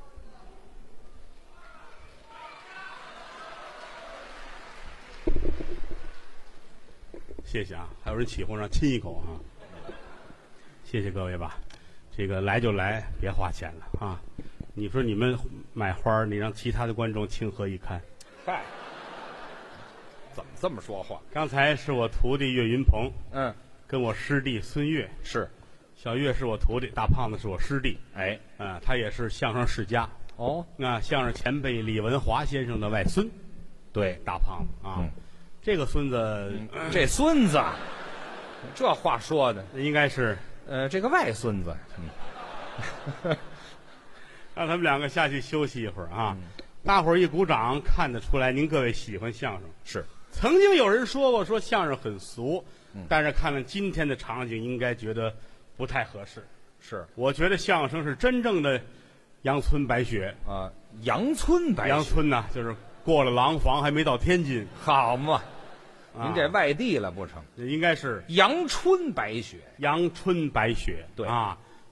S1: 谢谢啊！还有人起哄让亲一口啊！谢谢各位吧，这个来就来，别花钱了啊！你说你们买花，你让其他的观众情何以堪？
S2: 嗨，怎么这么说话？
S1: 刚才是我徒弟岳云鹏，
S2: 嗯，
S1: 跟我师弟孙越，
S2: 是。
S1: 小岳是我徒弟，大胖子是我师弟，
S2: 哎，
S1: 啊，他也是相声世家，
S2: 哦，
S1: 那相声前辈李文华先生的外孙，
S2: 对，
S1: 大胖子啊，
S2: 嗯
S1: 这个孙子，
S2: 这孙子，这话说的，
S1: 应该是
S2: 呃，这个外孙子，
S1: 让他们两个下去休息一会儿啊。大伙儿一鼓掌，看得出来您各位喜欢相声。
S2: 是，
S1: 曾经有人说过，说相声很俗，但是看了今天的场景，应该觉得不太合适。
S2: 是
S1: 我觉得相声是真正的阳春白雪。
S2: 啊，阳春白雪，
S1: 阳春呐，就是过了廊坊还没到天津，
S2: 好嘛，
S1: 啊
S2: 您这外地了不成？
S1: 应该是
S2: 阳春白雪，
S1: 阳春白雪。
S2: 对
S1: 啊，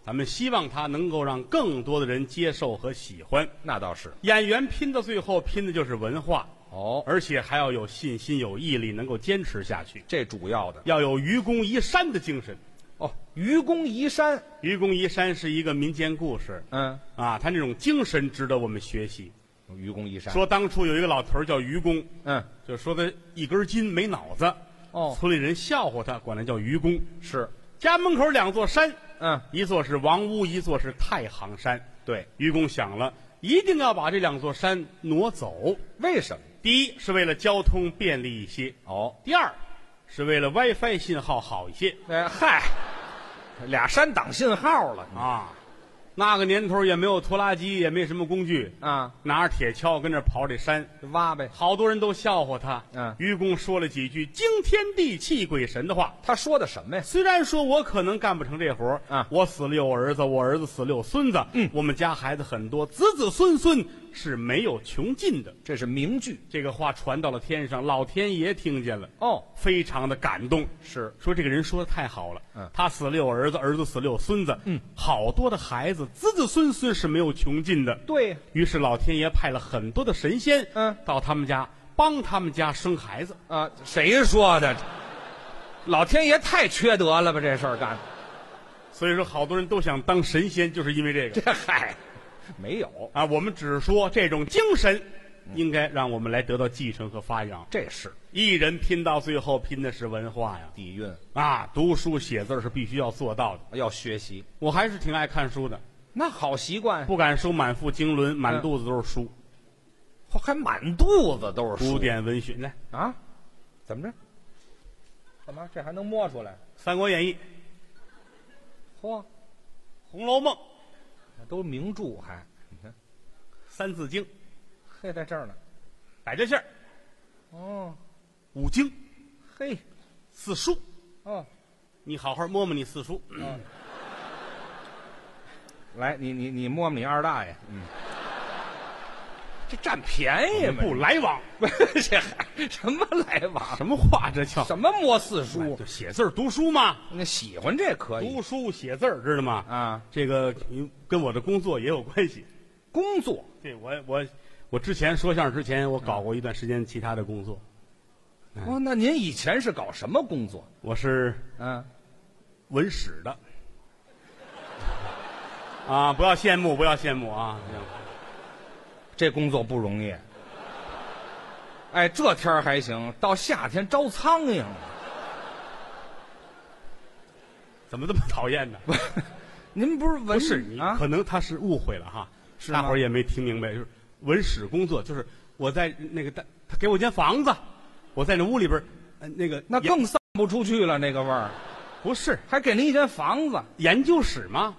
S1: 咱们希望它能够让更多的人接受和喜欢。
S2: 那倒是。
S1: 演员拼到最后，拼的就是文化
S2: 哦，
S1: 而且还要有信心、有毅力，能够坚持下去。
S2: 这主要的
S1: 要有愚公移山的精神。
S2: 哦，愚公移山。
S1: 愚公移山是一个民间故事。
S2: 嗯
S1: 啊，他那种精神值得我们学习。
S2: 愚公移山
S1: 说当初有一个老头儿叫愚公，
S2: 嗯，
S1: 就说他一根筋没脑子。
S2: 哦，
S1: 村里人笑话他，管他叫愚公。
S2: 是
S1: 家门口两座山，
S2: 嗯，
S1: 一座是王屋，一座是太行山。
S2: 对，
S1: 愚公想了，一定要把这两座山挪走。
S2: 为什么？
S1: 第一是为了交通便利一些，
S2: 哦，
S1: 第二是为了 WiFi 信号好一些。
S2: 哎嗨，俩山挡信号了
S1: 啊。那个年头也没有拖拉机，也没什么工具
S2: 啊，
S1: 拿着铁锹跟那刨这山
S2: 挖呗。
S1: 好多人都笑话他。
S2: 嗯，
S1: 愚公说了几句惊天地泣鬼神的话。
S2: 他说的什么呀？
S1: 虽然说我可能干不成这活
S2: 啊，
S1: 我死了有儿子，我儿子死了有孙子，
S2: 嗯，
S1: 我们家孩子很多，子子孙孙是没有穷尽的。
S2: 这是名句。
S1: 这个话传到了天上，老天爷听见了，
S2: 哦，
S1: 非常的感动。
S2: 是
S1: 说这个人说的太好了。
S2: 嗯，
S1: 他死了有儿子，儿子死了有孙子，
S2: 嗯，
S1: 好多的孩子，子子孙孙是没有穷尽的。
S2: 对。
S1: 于是老天爷派了很多的神仙，
S2: 嗯，
S1: 到他们家帮他们家生孩子。
S2: 啊，谁说的？老天爷太缺德了吧？这事儿干的。
S1: 所以说，好多人都想当神仙，就是因为这个。
S2: 这嗨，没有
S1: 啊，我们只是说这种精神，应该让我们来得到继承和发扬。
S2: 这是
S1: 一人拼到最后，拼的是文化呀，
S2: 底蕴
S1: 啊，读书写字是必须要做到的。
S2: 要学习，
S1: 我还是挺爱看书的。
S2: 那好习惯，
S1: 不敢说满腹经纶，满肚子都是书，
S2: 还满肚子都是书。
S1: 古典文学来
S2: 啊？怎么着？干嘛？这还能摸出来？《
S1: 三国演义》、
S2: 嚯，《
S1: 红楼梦》
S2: 都名著，还你看，《
S1: 三字经》
S2: 嘿，在这儿呢。
S1: 百家姓
S2: 哦，
S1: 五经，
S2: 嘿，
S1: 四书。
S2: 哦，
S1: 你好好摸摸你四书。
S2: 嗯，来，你你你摸摸你二大爷。嗯，这占便宜嘛？
S1: 不来往，
S2: 这还什么来往？
S1: 什么话这叫？
S2: 什么摸四书？
S1: 就写字读书嘛。
S2: 那喜欢这可以。
S1: 读书写字知道吗？
S2: 啊，
S1: 这个跟我的工作也有关系。
S2: 工作？
S1: 对，我我我之前说相声之前，我搞过一段时间其他的工作。
S2: 哦，那您以前是搞什么工作？
S1: 我是
S2: 嗯，
S1: 文史的。啊，不要羡慕，不要羡慕啊！
S2: 这工作不容易。哎，这天儿还行，到夏天招苍蝇。
S1: 怎么这么讨厌呢？
S2: 您不是文
S1: 不是你，
S2: 啊？
S1: 可能他是误会了哈，
S2: 是吗
S1: 大伙儿也没听明白，就是文史工作，就是我在那个他他给我间房子，我在那屋里边，呃，那个
S2: 那更散不出去了，那个味儿。
S1: 不是
S2: 还给您一间房子。
S1: 研究室吗？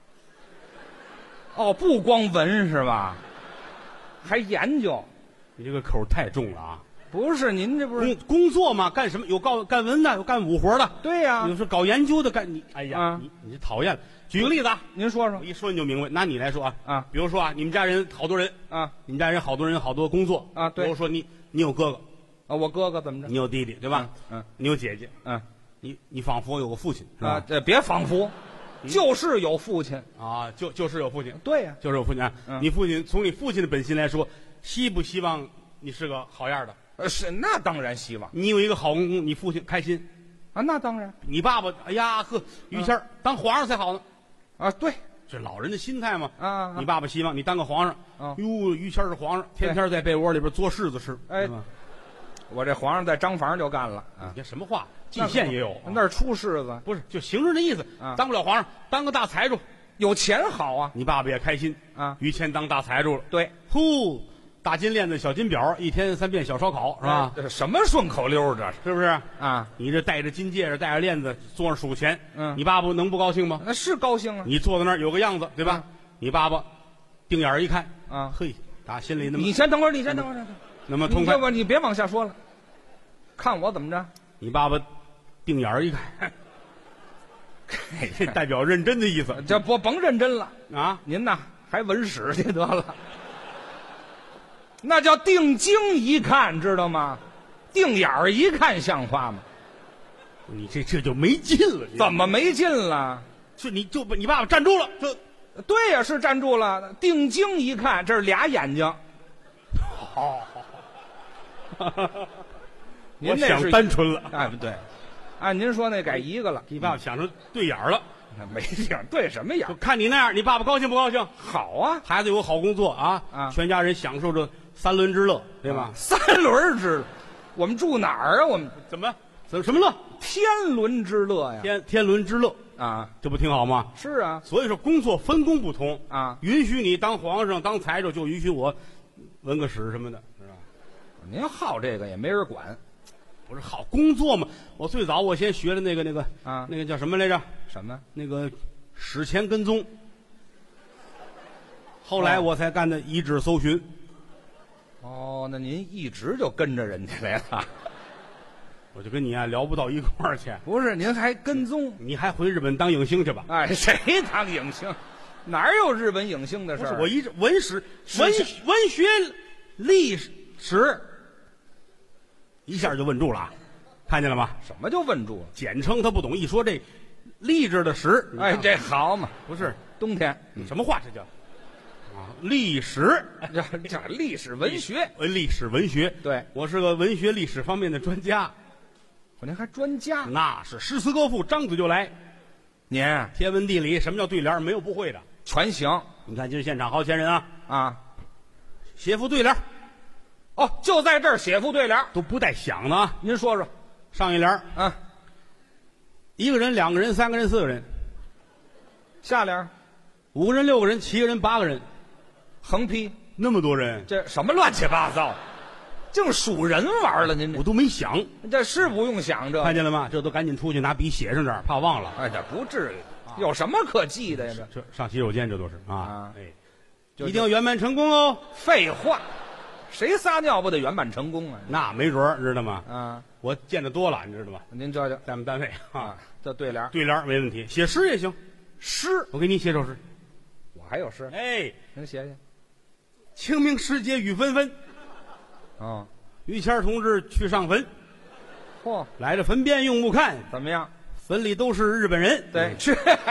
S2: 哦，不光文是吧？还研究？
S1: 你这个口太重了啊！
S2: 不是，您这不是
S1: 工工作吗？干什么？有干干文的，有干武活的。
S2: 对呀、
S1: 有时候搞研究的干你，哎呀，
S2: 啊
S1: 你你这讨厌了。举个例子啊，
S2: 您说说
S1: 我一说你就明白。拿你来说啊，
S2: 啊，
S1: 比如说啊，你们家人好多人，
S2: 啊
S1: 你们家人好多人好多工作
S2: 啊对
S1: 比如说你你有哥哥，
S2: 啊！我哥哥怎么着？
S1: 你有弟弟，对吧？
S2: 嗯，
S1: 你有姐姐，
S2: 嗯
S1: 你你仿佛有个父亲，是
S2: 啊，
S1: 吧？
S2: 这别仿佛，就是有父亲。
S1: 啊，就就是有父亲，
S2: 对呀、
S1: 就是有父亲啊。
S2: 嗯
S1: 你父亲从你父亲的本心来说，希不希望你是个好样的？
S2: 呃，是那当然希望
S1: 你有一个好公公，你父亲开心。
S2: 啊，那当然
S1: 你爸爸，哎呀呵，于谦儿当皇上才好呢。
S2: 啊，对
S1: 这老人的心态嘛。
S2: 啊，
S1: 你爸爸希望你当个皇上。
S2: 啊
S1: 哟，于谦儿是皇上，天天在被窝里边嘬柿子吃。
S2: 哎
S1: 是吧
S2: 我这皇上在张房就干了啊
S1: 你，看什么话？蓟县也有啊，
S2: 那儿出柿子，
S1: 不是就形容这意思
S2: 啊。
S1: 当不了皇上，当个大财主，
S2: 有钱好啊
S1: 你爸爸也开心
S2: 啊。
S1: 于谦当大财主了，
S2: 对，
S1: 呼，大金链子、小金表，一天三遍小烧烤，是吧？
S2: 这什么顺口溜这是
S1: 是不是？
S2: 啊？
S1: 你这戴着金戒指，戴着链子，坐那数钱，
S2: 嗯
S1: 你爸爸能不高兴吗？
S2: 那是高兴啊
S1: 你坐在那儿有个样子，对吧？你爸爸定眼儿一看，
S2: 啊！
S1: 嘿，打心里那么
S2: 你先等会儿，你先等会儿，
S1: 那么痛快
S2: 你要。不你别往下说了，看我怎么着？
S1: 你爸爸定眼儿一看，这代表认真的意思
S2: 这不甭认真了，
S1: 啊！
S2: 您呐还文史去得了，那叫定睛一看，知道吗？定眼儿一看像话吗？
S1: 你这这就没劲了，你
S2: 怎么没劲了？
S1: 就你就你爸爸站住了，这
S2: 对呀、是站住了。定睛一看，这是俩眼睛。
S1: 好，
S2: 您
S1: 我想
S2: 那是
S1: 单纯了。
S2: 哎，不对，按您说那改一个了。
S1: 你爸爸想成对眼儿了，
S2: 没听对什么眼
S1: 就？看你那样，你爸爸高兴不高兴？
S2: 好啊，
S1: 孩子有个好工作啊，
S2: 啊
S1: 全家人享受着三轮之乐，对吧？
S2: 三轮之乐，我们住哪儿啊？我们
S1: 怎么怎么什么乐？
S2: 天伦之乐呀！
S1: 天天伦之乐，
S2: 啊，
S1: 这不挺好吗？
S2: 是啊，
S1: 所以说工作分工不同
S2: 啊，
S1: 允许你当皇上当财主，就允许我文个史什么的，是吧？
S2: 您好这个也没人管
S1: 不是好工作嘛？我最早我先学的那个那个
S2: 啊。
S1: 那个叫什么来着？
S2: 什么？
S1: 那个史前跟踪。后来
S2: 哦
S1: 我才干的遗址搜寻。
S2: 哦，那您一直就跟着人家来了？
S1: 我就跟你啊聊不到一块儿去。
S2: 不是，您还跟踪？
S1: 你还回日本当影星去吧？
S2: 哎，谁当影星？哪有日本影星的事儿？
S1: 不是我一直文史文
S2: 是
S1: 文学历史，一下就问住了啊，看见了吗？
S2: 什么就问住了？
S1: 简称他不懂，一说这励志的史，
S2: 哎，这好嘛，
S1: 不是
S2: 冬天
S1: 什么话，这叫啊历史，
S2: 这这历史文学。
S1: 呃历史文学。
S2: 对，
S1: 我是个文学历史方面的专家，
S2: 我您还专家？
S1: 那是诗词歌赋张嘴就来，
S2: 您
S1: 天文地理什么叫对联，没有不会的。
S2: 全行
S1: 你看今儿现场好些人啊，
S2: 啊？
S1: 写副对联
S2: 哦，就在这儿写副对联，
S1: 都不带想的啊。
S2: 您说说
S1: 上一联
S2: 啊？
S1: 一个人、两个人、三个人、四个人、
S2: 下联
S1: 五个人、六个人、七个人、八个人，
S2: 横批，
S1: 那么多人，
S2: 这什么乱七八糟，净数人玩了。您
S1: 我
S2: 这
S1: 都没想，
S2: 这是不用想这。
S1: 看见了吗？这都赶紧出去拿笔写上点儿，怕忘了。
S2: 哎，这不至于，有什么可记的呀？这
S1: 这上洗手间这都是啊
S2: 啊，
S1: 哎，
S2: 就
S1: 一定要圆满成功哦。
S2: 废话，谁撒尿不得圆满成功啊？
S1: 那没准儿知道吗？
S2: 啊，
S1: 我见得多了，你知道吗？
S2: 您这就
S1: 在我们单位啊
S2: 啊，，这对联
S1: 对联儿没问题，写诗也行。
S2: 诗，
S1: 我给你写首诗。
S2: 我还有诗，
S1: 哎，
S2: 您写写。
S1: 清明时节雨纷纷，
S2: 哦，
S1: 于谦儿同志去上坟，
S2: 嚯，
S1: 来这坟边用木看，
S2: 怎么样？
S1: 坟里都是日本人。
S2: 对，去，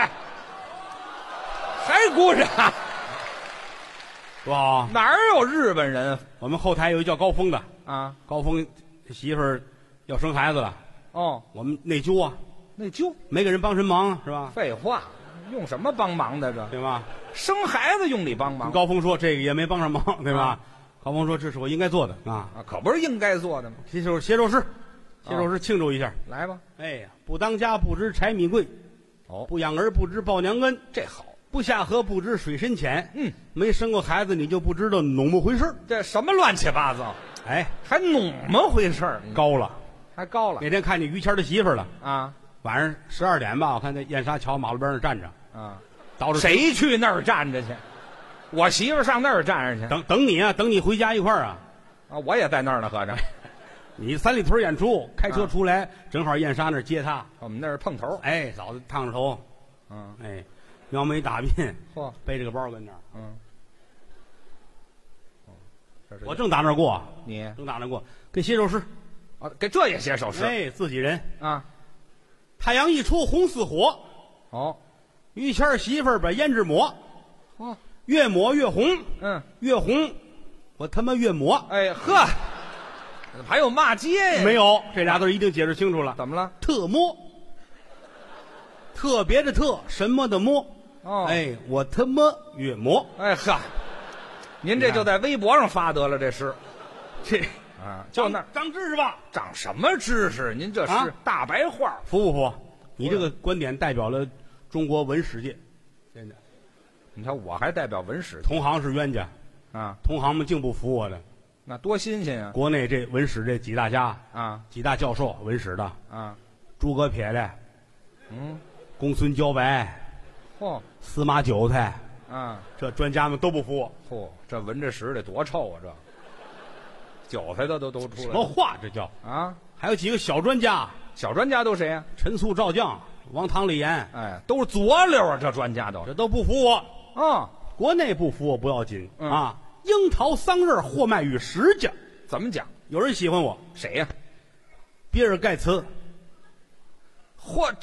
S2: 还鼓掌？
S1: 多好啊！
S2: 哪儿有日本人
S1: 我们后台有一叫高峰的，
S2: 啊？
S1: 高峰媳妇儿要生孩子了，
S2: 哦，
S1: 我们内疚啊，
S2: 那就
S1: 没给人帮什么忙啊，是吧？
S2: 废话，用什么帮忙的这？
S1: 对吧？
S2: 生孩子用你帮忙
S1: 高峰说这个也没帮上忙，对吧？
S2: 啊
S1: 高峰说这是我应该做的啊。
S2: 啊，可不是应该做的吗？
S1: 写首写首诗，写首诗庆祝一下。
S2: 来吧。
S1: 哎呀，不当家不知柴米贵，
S2: 哦，
S1: 不养儿不知报娘恩，
S2: 这好，
S1: 不下河不知水深浅。
S2: 嗯，
S1: 没生过孩子你就不知道怎么回事儿。
S2: 这什么乱七八糟，
S1: 哎，
S2: 还怎么回事儿？
S1: 高了。
S2: 还高了
S1: 那天看见于谦的媳妇儿了，
S2: 啊
S1: 晚上十二点吧，我看在燕莎桥马路边上站着，
S2: 啊！
S1: 倒着
S2: 谁去那儿站着去？我媳妇上那儿站着去
S1: 等等你啊，等你回家一块儿啊。
S2: 啊！我也在那儿呢，合着
S1: 你三里屯演出，开车出来，正好燕莎那儿接他。
S2: 我们那儿碰头。
S1: 哎，嫂子烫着头，
S2: 嗯，
S1: 哎，描眉打鬓，
S2: 嚯，
S1: 背着个包跟那儿。
S2: 嗯，哦，这是
S1: 我正打那儿过，
S2: 你
S1: 正打那儿过，给写首诗。
S2: 啊，给这也写首诗
S1: 哎，自己人。
S2: 啊？
S1: 太阳一出红似火，
S2: 哦，
S1: 于谦儿媳妇儿把胭脂抹，
S2: 嚯，
S1: 越抹越红，
S2: 嗯，
S1: 越红，我他妈越抹。
S2: 哎呵，还有骂街呀？
S1: 没有，这俩字一定解释清楚了。
S2: 怎么了？
S1: 特摸，特别的特，什么的摸。
S2: 哦，
S1: 哎，我他妈越摸。
S2: 哎呵，您这就在微博上发得了这诗
S1: 这
S2: 啊？就那儿
S1: 长知识吧？
S2: 长什么知识？您这是
S1: 啊
S2: 大白话。
S1: 服不服？你这个观点代表了中国文史界，真的。
S2: 你看我还代表文史
S1: 同行是冤家，
S2: 啊，
S1: 同行们竟不服我的。
S2: 那多新鲜啊！
S1: 国内这文史这几大家、
S2: 啊
S1: 几大教授，文史的
S2: 啊，
S1: 诸葛撇的、
S2: 嗯，
S1: 公孙茭白、
S2: 嚯
S1: 司马韭菜，
S2: 啊
S1: 这专家们都不服我。
S2: 嚯，这闻着屎得多臭啊！这韭菜的都都出
S1: 什么
S2: 来了
S1: 话这叫？
S2: 啊！
S1: 还有几个小专家，
S2: 小专家都谁呀、
S1: 陈粟、赵将、王唐、李严，
S2: 哎，都是左溜啊！这专家都是
S1: 这都不服我。
S2: 啊，
S1: 国内不服我不要紧、
S2: 嗯
S1: 啊，樱桃桑葚货卖于十家，
S2: 怎么讲？
S1: 有人喜欢我。
S2: 谁呀、
S1: 比尔盖茨，
S2: 嚯，这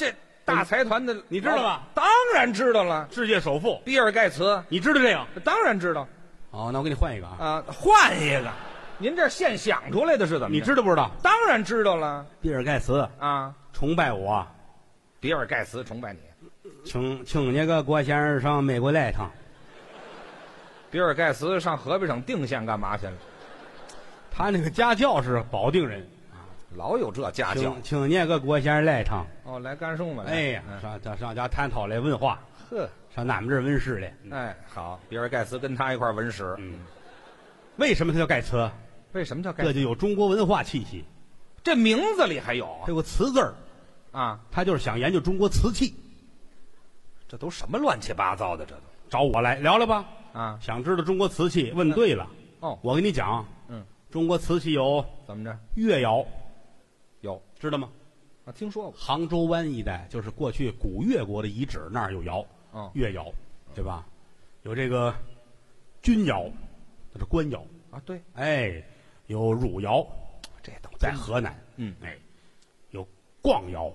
S2: 大财团的，
S1: 你知道吧？
S2: 当然知道了，
S1: 世界首富
S2: 比尔盖茨，
S1: 你知道这个？
S2: 当然知道。
S1: 哦，那我给你换一个啊。
S2: 啊，换一个，您这现想出来的是怎么着？
S1: 你知道不知道？
S2: 当然知道了。
S1: 比尔盖茨
S2: 啊，
S1: 崇拜我，
S2: 比尔盖茨崇拜你，
S1: 请请那个郭先生上美国来一趟。
S2: 比尔盖茨上河北省定县干嘛去了？
S1: 他那个家教是保定人，
S2: 老有这家教。
S1: 请请那个郭先生来一趟。
S2: 哦，来干什么？
S1: 哎呀，
S2: 嗯、
S1: 上上上家探讨来文化，
S2: 呵，
S1: 上俺们这儿文史来。
S2: 哎，好，比尔盖茨跟他一块儿文史。
S1: 嗯，为什么他叫盖茨？
S2: 为什么叫盖茨？
S1: 这就有中国文化气息。
S2: 这名字里还有
S1: 还有个瓷字儿
S2: 啊，
S1: 他就是想研究中国瓷器。
S2: 这都什么乱七八糟的？这都
S1: 找我来聊聊吧。
S2: 啊，
S1: 想知道中国瓷器，问对了。
S2: 哦，
S1: 我跟你讲，
S2: 嗯，
S1: 中国瓷器有
S2: 怎么着？
S1: 越窑，
S2: 有
S1: 知道吗？
S2: 啊，听说过。
S1: 杭州湾一带就是过去古越国的遗址，那儿有窑，
S2: 哦，
S1: 越窑，对吧？有这个钧窑，这是官窑
S2: 啊，对，
S1: 哎，有汝窑，
S2: 这都
S1: 在河南，
S2: 嗯，
S1: 哎，有逛窑，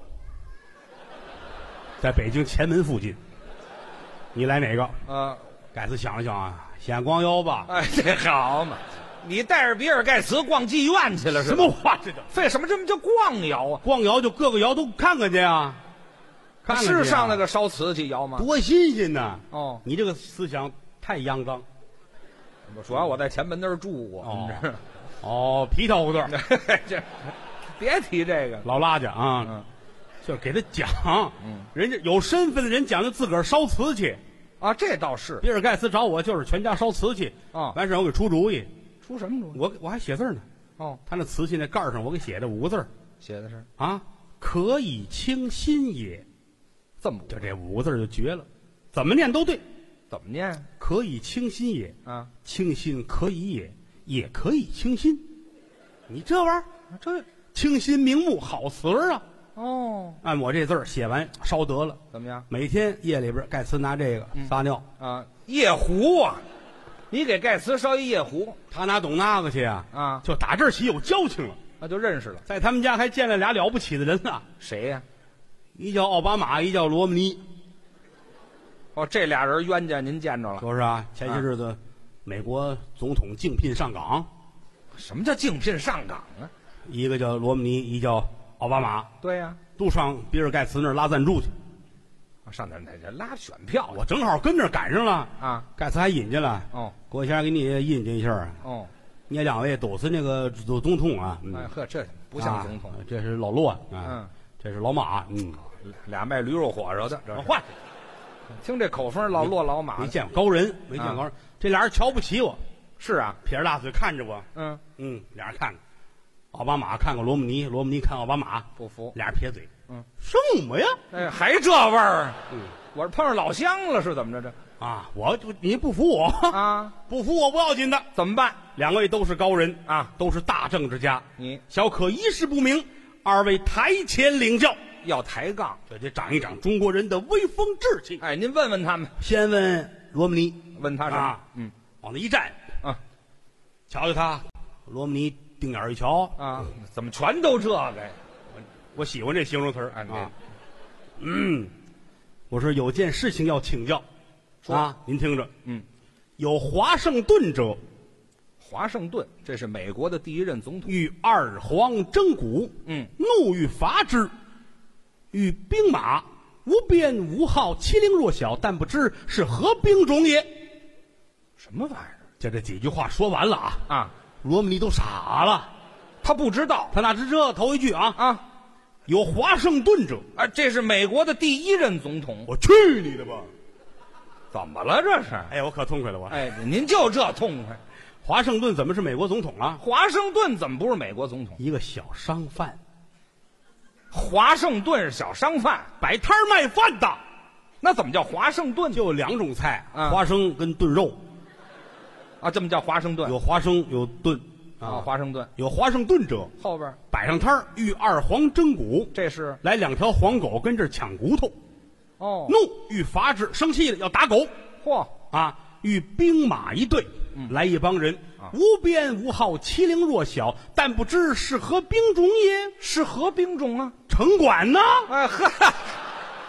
S1: 在北京前门附近。你来哪个？
S2: 呃，
S1: 盖茨想了想啊，先逛窑吧。
S2: 哎，这好嘛，你带着比尔盖茨逛妓院去了是
S1: 什
S2: 吧？
S1: 么话这叫？
S2: 费什么这么叫逛窑啊？
S1: 逛窑就各个窑都看看去啊，看看去啊
S2: 是上那个烧瓷器窑吗？
S1: 多新鲜呐！
S2: 哦，
S1: 你这个思想太肮脏。
S2: 主要我在前门那儿住过。
S1: 哦哦，皮条胡同，
S2: 这别提这个
S1: 老拉家啊，
S2: 嗯，
S1: 就是给他讲，
S2: 嗯，
S1: 人家有身份的人讲究自个儿烧瓷器。
S2: 啊，这倒是。
S1: 比尔盖茨找我就是全家烧瓷器，
S2: 啊，
S1: 完事我给出主意，
S2: 出什么主意？
S1: 我我还写字呢。
S2: 哦，
S1: 他那瓷器那盖上我给写的五个字儿
S2: 写的是
S1: 啊，可以清心也。
S2: 这么
S1: 就这五个字儿就绝了，怎么念都对。
S2: 怎么念
S1: 可以清心也，
S2: 啊？
S1: 清心可以也，也可以清心。你这玩意儿，
S2: 这
S1: 清心明目，好词儿啊！
S2: 哦，
S1: 按我这字儿写完烧得了。
S2: 怎么样
S1: 每天夜里边，盖茨拿这个撒尿，
S2: 啊？夜壶啊，你给盖茨烧一夜壶
S1: 他哪懂那个去啊？
S2: 啊？
S1: 就打这儿起有交情了，
S2: 那就认识了。
S1: 在他们家还见了俩了不起的人呢，
S2: 谁呀？
S1: 一叫奥巴马，一叫罗姆尼，
S2: 哦，这俩人冤家您见着了？
S1: 说是啊，前些日子美国总统竞聘上岗，
S2: 什么叫竞聘上岗啊？
S1: 一个叫罗姆尼，一叫奥巴马，
S2: 对呀，
S1: 都上比尔盖茨那儿拉赞助去。
S2: 啊上那儿那拉选票
S1: 我正好跟那儿赶上了，
S2: 啊。
S1: 盖茨还引进了。
S2: 哦
S1: 郭先生给你引进一下啊，
S2: 哦，
S1: 你两位都是那个都总统啊。嗯
S2: 哎呵，这不像总统
S1: 啊。这是老骆啊，
S2: 嗯，
S1: 这是老马。嗯，
S2: 俩卖驴肉火烧的，这是
S1: 换
S2: 听这口风，老骆老马
S1: 没见过高人，没见过高人，这俩人瞧不起我，
S2: 是啊。
S1: 撇着大嘴看着我。
S2: 嗯
S1: 嗯，俩人看看，奥巴马看看罗姆尼，罗姆尼看奥巴马，
S2: 不服。
S1: 俩人撇嘴。
S2: 嗯，
S1: 什么呀？
S2: 哎，还这味儿？
S1: 嗯
S2: 我是碰上老乡了，是怎么着？这
S1: 啊，我你不服我，
S2: 啊，
S1: 不服我不要紧的。
S2: 怎么办
S1: 两位都是高人
S2: 啊？
S1: 都是大政治家，
S2: 你
S1: 小可一事不明，二位台前领教，
S2: 要抬杠？
S1: 这得长一长中国人的威风志气。
S2: 哎，您问问他们，
S1: 先问罗姆尼，
S2: 问他什么？
S1: 啊
S2: 嗯
S1: 往那一站，
S2: 啊
S1: 瞧瞧他，罗姆尼定眼一瞧，
S2: 啊，怎么全都这个呀？
S1: 我喜欢这形容词儿
S2: 哎你
S1: 啊。嗯，我说有件事情要请教，
S2: 说
S1: 啊，您听着，
S2: 嗯，
S1: 有华盛顿者
S2: 华盛顿，这是美国的第一任总统。
S1: 与二皇争古，
S2: 嗯，
S1: 怒欲伐之，与兵马无边无号，欺凌弱小，但不知是何兵种也。
S2: 什么玩意儿
S1: 就这几句话说完了啊，
S2: 啊？
S1: 罗姆尼都傻了，
S2: 他不知道
S1: 他哪知这头一句啊？
S2: 啊？
S1: 有华盛顿者，
S2: 啊，这是美国的第一任总统。
S1: 我去你的吧！
S2: 怎么了这是？
S1: 哎，我可痛快了我。
S2: 哎，您就这痛快？
S1: 华盛顿怎么是美国总统了？
S2: 华盛顿怎么不是美国总统？
S1: 一个小商贩，
S2: 华盛顿是小商贩，
S1: 摆摊儿卖饭的，
S2: 那怎么叫华盛顿？
S1: 就有两种菜，
S2: 啊
S1: 花生跟炖肉，
S2: 啊，这么叫华盛顿？
S1: 有花生有炖
S2: 啊，华盛顿
S1: 有华盛顿者，
S2: 后边
S1: 摆上摊儿与二黄争骨，
S2: 这是
S1: 来两条黄狗跟这儿抢骨头，
S2: 哦，
S1: 怒欲伐之，生气了要打狗
S2: 嚯，
S1: 啊！与兵马一队，来一帮人，
S2: 啊
S1: 无边无号，欺凌弱小，但不知是何兵种也。
S2: 是何兵种啊？
S1: 城管呢？
S2: 哎呵，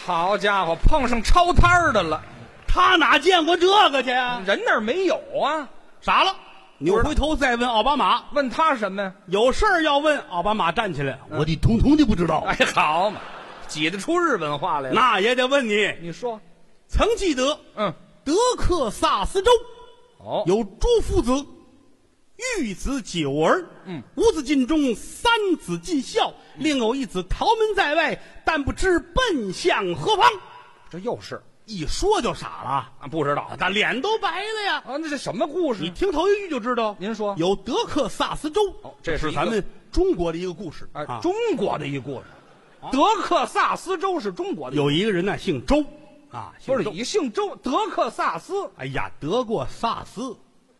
S2: 好家伙，碰上抄摊儿的了，
S1: 他哪见过这个去呀？
S2: 人那儿没有啊。
S1: 傻了，扭回头再问奥巴马，
S2: 问他什么呀？
S1: 有事儿要问。奥巴马站起来，我的统统的不知道。
S2: 哎，好嘛，挤得出日本话来了。
S1: 那也得问你，
S2: 你说，
S1: 曾记得，
S2: 嗯，
S1: 德克萨斯州
S2: 哦，
S1: 有朱夫子，育子九儿，
S2: 嗯，
S1: 五子尽忠，三子尽孝，另有一子逃门在外，但不知奔向何方。
S2: 这又是
S1: 一说就傻了，
S2: 啊，不知道
S1: 他脸都白了呀。
S2: 啊，那是什么故事？
S1: 你听头一句就知道。
S2: 您说
S1: 有德克萨斯州，
S2: 哦这是一个
S1: 是咱们中国的一个故事
S2: 哎，
S1: 啊。
S2: 中国的一故事。德克萨斯州是中国的，
S1: 有一个人呢，姓周啊，姓周
S2: 不是你姓周，德克萨斯
S1: 哎呀，得过萨斯，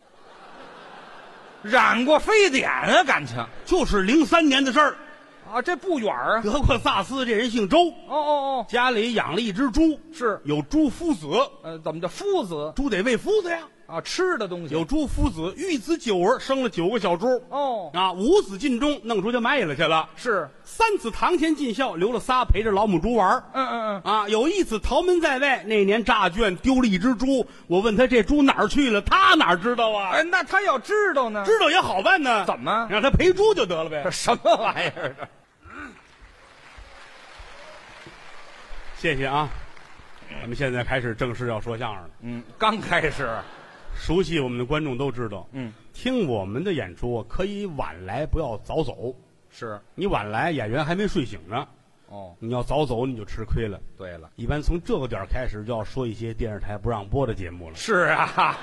S2: 染过非典啊，感情
S1: 就是零三年的事儿。
S2: 啊，这不远啊。
S1: 得过萨斯这人姓周，
S2: 哦哦哦，
S1: 家里养了一只猪，
S2: 是
S1: 有猪夫子，
S2: 呃，怎么叫夫子
S1: 猪得喂夫子呀。
S2: 啊？吃的东西
S1: 有猪夫子，育子九儿，生了九个小猪。
S2: 哦，
S1: 啊，五子尽忠，弄出去卖了去了。
S2: 是，
S1: 三子堂前尽孝，留了仨陪着老母猪玩儿。
S2: 嗯嗯嗯，
S1: 啊，有一子逃门在外，那年诈圈丢了一只猪。我问他这猪哪儿去了，他哪知道啊？
S2: 哎，那他要知道呢？
S1: 知道也好办呢。
S2: 怎么
S1: 让他赔猪就得了呗
S2: 这？什么玩意儿？这
S1: 谢谢啊。我们现在开始正式要说相声了。
S2: 嗯，刚开始，
S1: 熟悉我们的观众都知道，
S2: 嗯，
S1: 听我们的演出可以晚来，不要早走。
S2: 是
S1: 你晚来，演员还没睡醒呢。
S2: 哦。
S1: 你要早走，你就吃亏了。
S2: 对了，
S1: 一般从这个点儿开始，就要说一些电视台不让播的节目了。
S2: 是啊，
S1: 啊，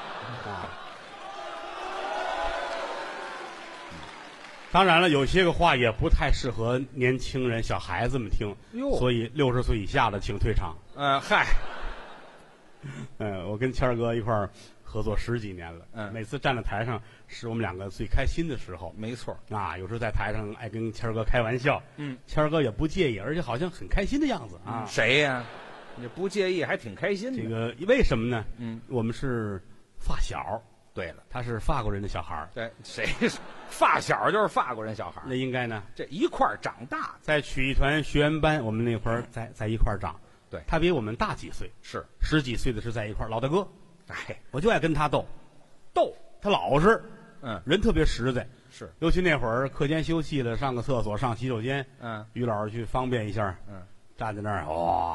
S1: 当然了，有些个话也不太适合年轻人、小孩子们听，
S2: 哟
S1: 所以六十岁以下的请退场。
S2: 呃，嗨，
S1: 嗯，我跟谦儿哥一块儿合作十几年了，
S2: 嗯
S1: 每次站在台上是我们两个最开心的时候。
S2: 没错，
S1: 啊，有时候在台上爱跟谦儿哥开玩笑，
S2: 嗯，
S1: 谦儿哥也不介意，而且好像很开心的样子啊。
S2: 谁呀？你不介意，还挺开心的。
S1: 这个为什么呢？
S2: 嗯，
S1: 我们是发小。
S2: 对了，
S1: 他是法国人的小孩儿，
S2: 对，谁是发小就是法国人小孩儿，
S1: 那应该呢，
S2: 这一块儿长大
S1: 在曲艺团学员班，我们那会儿在在一块儿长。
S2: 对
S1: 他比我们大几岁，
S2: 是，
S1: 十几岁的是在一块儿，老大哥，
S2: 哎，
S1: 我就爱跟他斗，
S2: 逗，
S1: 他老实，
S2: 嗯，
S1: 人特别实在。
S2: 是，
S1: 尤其那会儿课间休息了，上个厕所，上洗手间，
S2: 嗯
S1: 于老师去方便一下，
S2: 嗯，
S1: 站在那儿，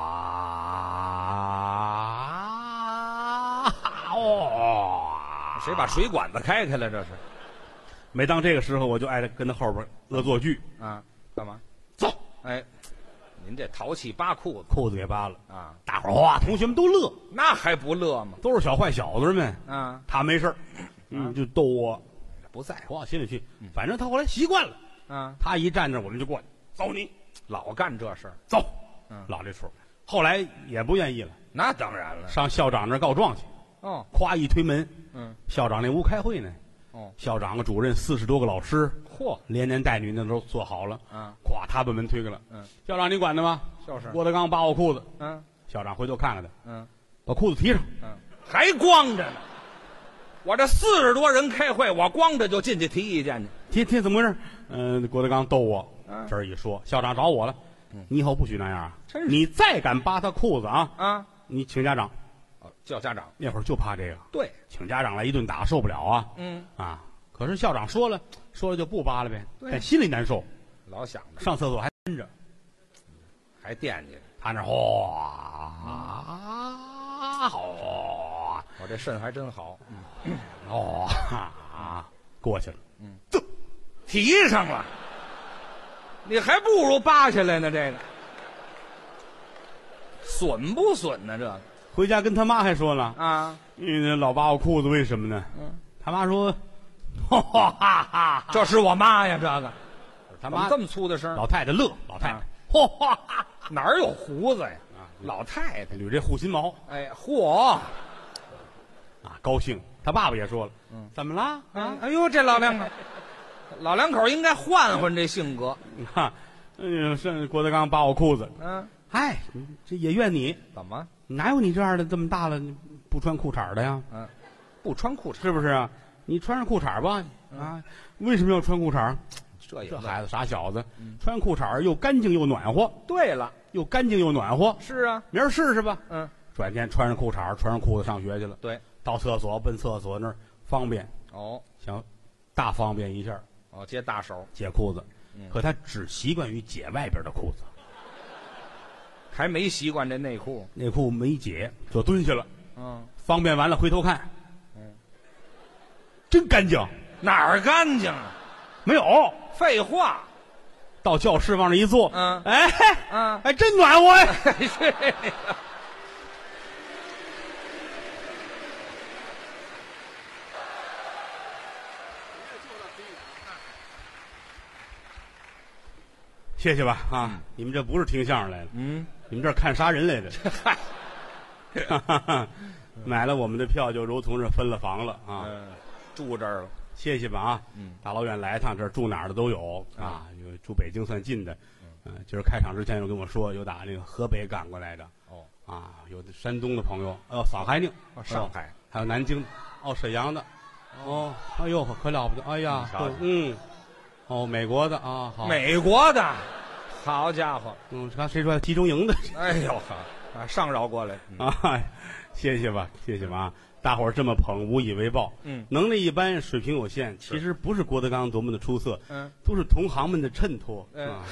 S1: 哇，哇，
S2: 谁把水管子开开了？这是
S1: 每当这个时候，我就爱跟他后边恶作剧，
S2: 啊？干嘛？
S1: 走，
S2: 哎，您这淘气扒裤子
S1: 裤子给扒了，
S2: 啊？
S1: 大伙儿哇，同学们都乐，
S2: 那还不乐吗？
S1: 都是小坏小子们，
S2: 啊，
S1: 他没事儿嗯，就逗我，
S2: 不在乎
S1: 不往心里去。反正他后来习惯了，
S2: 啊，
S1: 他一站那儿我们就过去，走你，
S2: 老干这事儿，
S1: 走，
S2: 嗯
S1: 老这出。后来也不愿意了，
S2: 那当然了。
S1: 上校长那儿告状去，
S2: 哦，
S1: 夸一推门，
S2: 嗯，
S1: 校长那屋开会呢，
S2: 哦，
S1: 校长个主任四十多个老师，
S2: 嚯，
S1: 连男带女那都做好了，
S2: 啊，
S1: 咵，他把门推开了，
S2: 嗯，
S1: 校长你管的吗？
S2: 就是，
S1: 郭德纲扒我裤子，
S2: 嗯
S1: 校长回头看看他，
S2: 嗯
S1: 把裤子提上，
S2: 嗯，还光着呢。我这四十多人开会，我光着就进去提意见去。
S1: 提提怎么回事？嗯、郭德纲逗我，
S2: 嗯
S1: 这儿一说，校长找我了，你以后不许那样啊！
S2: 真是
S1: 你再敢扒他裤子啊，
S2: 啊，
S1: 你请家长。
S2: 哦，叫家长。
S1: 那会儿就怕这个，
S2: 对，
S1: 请家长来一顿打受不了啊！
S2: 嗯，
S1: 啊，可是校长说了，说了就不扒了呗，
S2: 对
S1: 但心里难受，
S2: 老想着，
S1: 上厕所还跟着
S2: 还惦记着。
S1: 他那哗，哗，
S2: 我这肾还真好，
S1: 哦，啊，过去了，
S2: 提上了，你还不如扒下来呢。这个损不损呢？这个
S1: 回家跟他妈还说了，
S2: 啊，
S1: 你老扒我裤子为什么呢？
S2: 嗯，
S1: 他妈说，哈哈哈哈，
S2: 这是我妈呀。这个
S1: 他妈
S2: 怎么这么粗的声？
S1: 老太太乐，老太太
S2: 啊，
S1: 嚯哈哈，
S2: 哪儿有胡子呀？
S1: 啊，
S2: 老太太，
S1: 捋这护心毛
S2: 哎，嚯，
S1: 啊，高兴。他爸爸也说了，
S2: 嗯，
S1: 怎么了啊
S2: 啊？哎呦，这老两口，老两口应该换换这性格。
S1: 你看，嗯，是郭德纲扒我裤子，
S2: 嗯，
S1: 哎，这也怨你，
S2: 怎么？
S1: 哪有你这样的这么大了不穿裤衩的呀？
S2: 嗯，不穿裤衩，
S1: 是不是啊？你穿上裤衩吧，啊，为什么要穿裤衩？
S2: 这也
S1: 这孩子傻小子，
S2: 嗯
S1: 穿裤衩又干净又暖和，
S2: 对了，
S1: 又干净又暖和。
S2: 是啊，
S1: 明儿试试吧。
S2: 嗯，
S1: 转天穿上裤衩穿上裤子上学去了。
S2: 对，
S1: 到厕所奔厕所那儿方便，
S2: 哦
S1: 想大方便一下，
S2: 哦，接大手，
S1: 解裤子。
S2: 嗯
S1: 可他只习惯于解外边的裤子，
S2: 还没习惯这内裤。
S1: 内裤没解就蹲下了。
S2: 嗯，
S1: 方便完了回头看，
S2: 嗯，
S1: 真干净，
S2: 哪儿干净啊？
S1: 没有。
S2: 废话。
S1: 到教室往那一坐，
S2: 嗯
S1: 哎，
S2: 嗯，
S1: 还真暖和呀。
S2: 是。
S1: 谢谢吧啊！
S2: 嗯
S1: 你们这不是听相声来的，
S2: 嗯，
S1: 你们这儿看杀人来的。
S2: 嗨，
S1: 买了我们的票，就如同是分了房了啊！
S2: 嗯，住这儿了。
S1: 谢谢吧啊！
S2: 嗯，
S1: 大老远来一趟，这儿住哪儿的都有啊，有住北京算近的。嗯，今儿开场之前有跟我说，有打那个河北赶过来的。
S2: 哦，
S1: 啊，有的山东的朋友，呃，上海呢，
S2: 哦上海，
S1: 还有南京，哦，沈阳的，哦，哎呦，可了不得，哎呀，
S2: 瞧瞧
S1: 嗯，哦，美国的啊，好，
S2: 美国的，好家伙，
S1: 嗯，看谁说集中营的
S2: 哎呦呵，啊，上绕过来。嗯
S1: 啊，谢谢吧，谢谢吧啊！大伙儿这么捧，无以为报。
S2: 嗯，
S1: 能力一般，水平有限。其实不是郭德纲多么的出色，
S2: 嗯，
S1: 都是同行们的衬托
S2: 嗯
S1: 啊。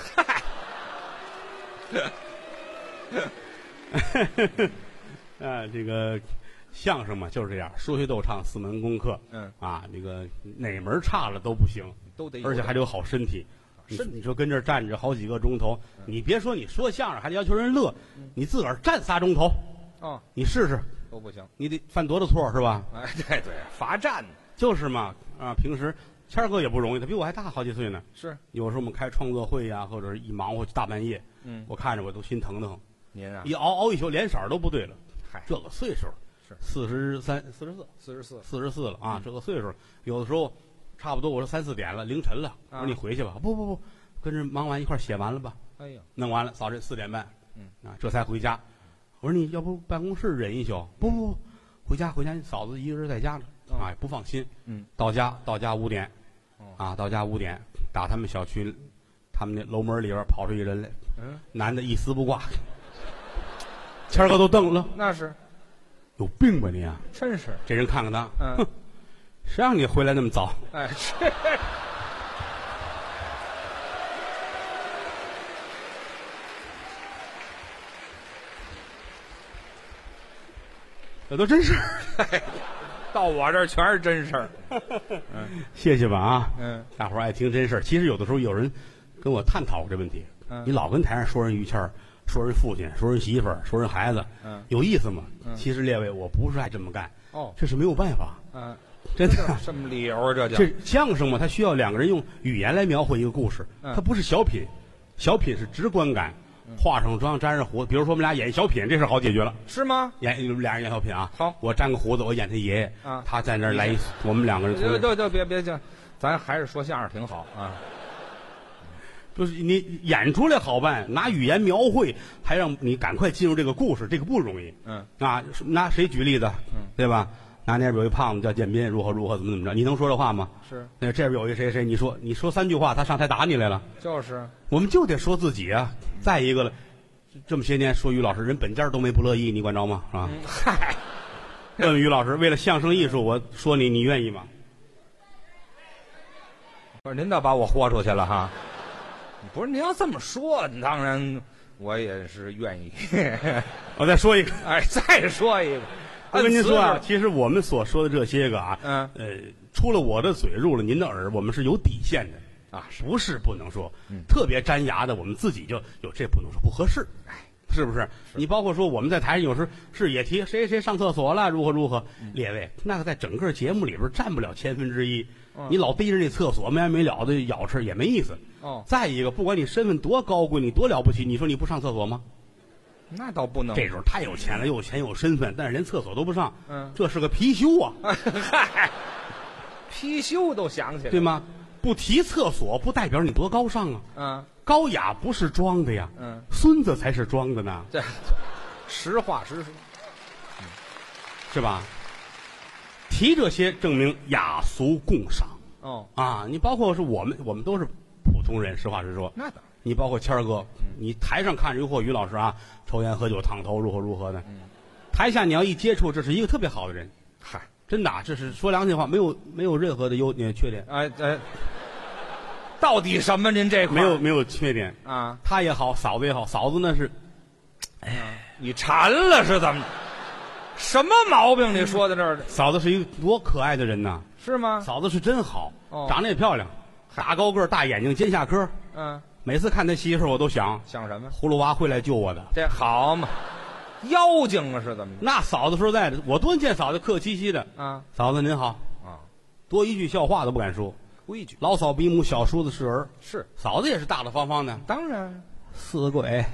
S1: 啊，这个相声嘛就是这样，说学逗唱四门功课。
S2: 嗯
S1: 啊，这个哪门差了都不行，
S2: 都得有，
S1: 而且还得有好身体。你
S2: 身体
S1: 你说跟这儿站着好几个钟头，你别说你说相声还得要求人乐，你自个儿站仨钟头，
S2: 哦
S1: 你试试，
S2: 都不行。
S1: 你得犯多大错是吧？
S2: 哎，对对，罚站
S1: 就是嘛啊，平时谦儿哥也不容易，他比我还大好几岁呢。
S2: 是。
S1: 有时候我们开创作会呀、或者是一忙活大半夜，
S2: 嗯，
S1: 我看着我都心疼得很。
S2: 您啊，
S1: 一熬熬一宿，脸色儿都不对了。
S2: 嗨，
S1: 这个岁数
S2: 是
S1: 四十三、四十四、
S2: 四十四，
S1: 四十四了啊！
S2: 嗯
S1: 这个岁数，有的时候差不多，我说三四点了，凌晨了，我
S2: 啊
S1: 说你回去吧。不不不，跟着忙完一块儿写完了吧，
S2: 哎呀，
S1: 弄完了早晨四点半，
S2: 嗯
S1: 啊，这才回家。我说你要不办公室忍一宿？不不不，回家回家，你嫂子一个人在家呢，
S2: 哦
S1: 啊，不放心。
S2: 嗯，
S1: 到家到家五点，
S2: 哦
S1: 啊，到家五点，打他们小区，他们那楼门里边跑出一人来，
S2: 嗯，
S1: 男的一丝不挂，谦儿哥都瞪了，
S2: 那是，
S1: 有病吧你啊！
S2: 真是，
S1: 这人看看他，
S2: 嗯
S1: 哼，谁让你回来那么早？
S2: 哎，是，
S1: 这都真事儿。
S2: 到我这儿全是真事儿。
S1: 谢谢吧啊！
S2: 嗯
S1: 大伙儿爱听真事儿。其实有的时候有人跟我探讨过这问题。
S2: 嗯
S1: 你老跟台上说人于谦儿，说人父亲，说人媳妇儿，说人孩子，
S2: 嗯
S1: 有意思吗？
S2: 嗯
S1: 其实列位，我不是爱这么干，
S2: 哦，
S1: 这是没有办法，
S2: 嗯，
S1: 真的。
S2: 什么理由啊？这叫
S1: 这相声嘛，它需要两个人用语言来描绘一个故事，
S2: 嗯
S1: 它不是小品，小品是直观感，化上妆粘上胡子。比如说我们俩演小品，这事儿好解决了。
S2: 是吗？
S1: 演俩人演小品啊，
S2: 好
S1: 我粘个胡子，我演他爷爷，
S2: 啊
S1: 他在那儿来一，我们两个人从
S2: 对对对，别别这，咱还是说相声挺好啊。
S1: 就是你演出来好办，拿语言描绘，还让你赶快进入这个故事，这个不容易。
S2: 嗯
S1: 啊，拿谁举例子？
S2: 嗯，
S1: 对吧？拿那边有一胖子叫建斌，如何如何，怎么怎么着？你能说这话吗？
S2: 是，
S1: 那这边有一谁谁，你说你说三句话，他上台打你来了。
S2: 就是，
S1: 我们就得说自己啊。再一个了，这么些年说于老师，人本家都没不乐意，你管着吗？是吧？
S2: 嗯，嗨，
S1: 问问于老师，为了相声艺术，我说你，你愿意吗？
S2: 不是您倒把我豁出去了哈。不是您要这么说，当然我也是愿意。
S1: 我再说一个，
S2: 哎，再说一个，
S1: 我跟您说啊，
S2: 按词
S1: 其实我们所说的这些个啊，
S2: 嗯
S1: 呃，出了我的嘴，入了您的耳，我们是有底线的。
S2: 啊，
S1: 不是不能说，
S2: 嗯
S1: 特别粘牙的，我们自己就有这不能说，不合适，哎，是不是？你包括说我们在台上有时是也提谁谁上厕所了，如何如何，列位那个在整个节目里边占不了千分之一，
S2: 嗯
S1: 你老逮着那厕所没完没了的咬吃也没意思。
S2: 哦，
S1: 再一个，不管你身份多高贵，你多了不起，你说你不上厕所吗？
S2: 那倒不能。
S1: 这时候太有钱了，又有钱又有身份，但是连厕所都不上，
S2: 嗯
S1: 这是个貔貅啊，
S2: 嗨，貔貅都想起来，
S1: 对？吗？不提厕所不代表你多高尚啊，
S2: 嗯
S1: 高雅不是装的呀，
S2: 嗯，
S1: 孙子才是装的呢。
S2: 这实话实说。
S1: 是吧？提这些证明雅俗共赏
S2: 哦，
S1: 啊！你包括是我们，我们都是普通人，实话实说。
S2: 那当
S1: 你包括谦儿哥，你台上看着嚯，于老师啊，抽烟喝酒烫头如何如何的，台下你要一接触，这是一个特别好的人，
S2: 嗨，
S1: 真的啊，这是说良心话，没有没有任何的优呃缺点，
S2: 哎哎，到底什么？您这块
S1: 没有没有缺点
S2: 啊？
S1: 他也好，嫂子也好，嫂子那是
S2: 你馋了是怎么？什么毛病？你说到这儿的
S1: 嫂子是一个多可爱的人呐，
S2: 是吗？
S1: 嫂子是真好，
S2: 哦
S1: 长得也漂亮，大高个儿大眼睛，尖下颏，
S2: 嗯，
S1: 每次看他媳妇儿，我都想
S2: 想什么？
S1: 葫芦娃会来救我的。
S2: 这好嘛？妖精啊是怎么着？
S1: 那嫂子说实在的，我多见嫂子客气气的
S2: 啊，
S1: 嫂子您好
S2: 啊，
S1: 多一句笑话都不敢说，
S2: 规矩
S1: 老嫂比母，小叔子是儿。
S2: 是，
S1: 嫂子也是大大方方的，
S2: 当然，
S1: 死鬼，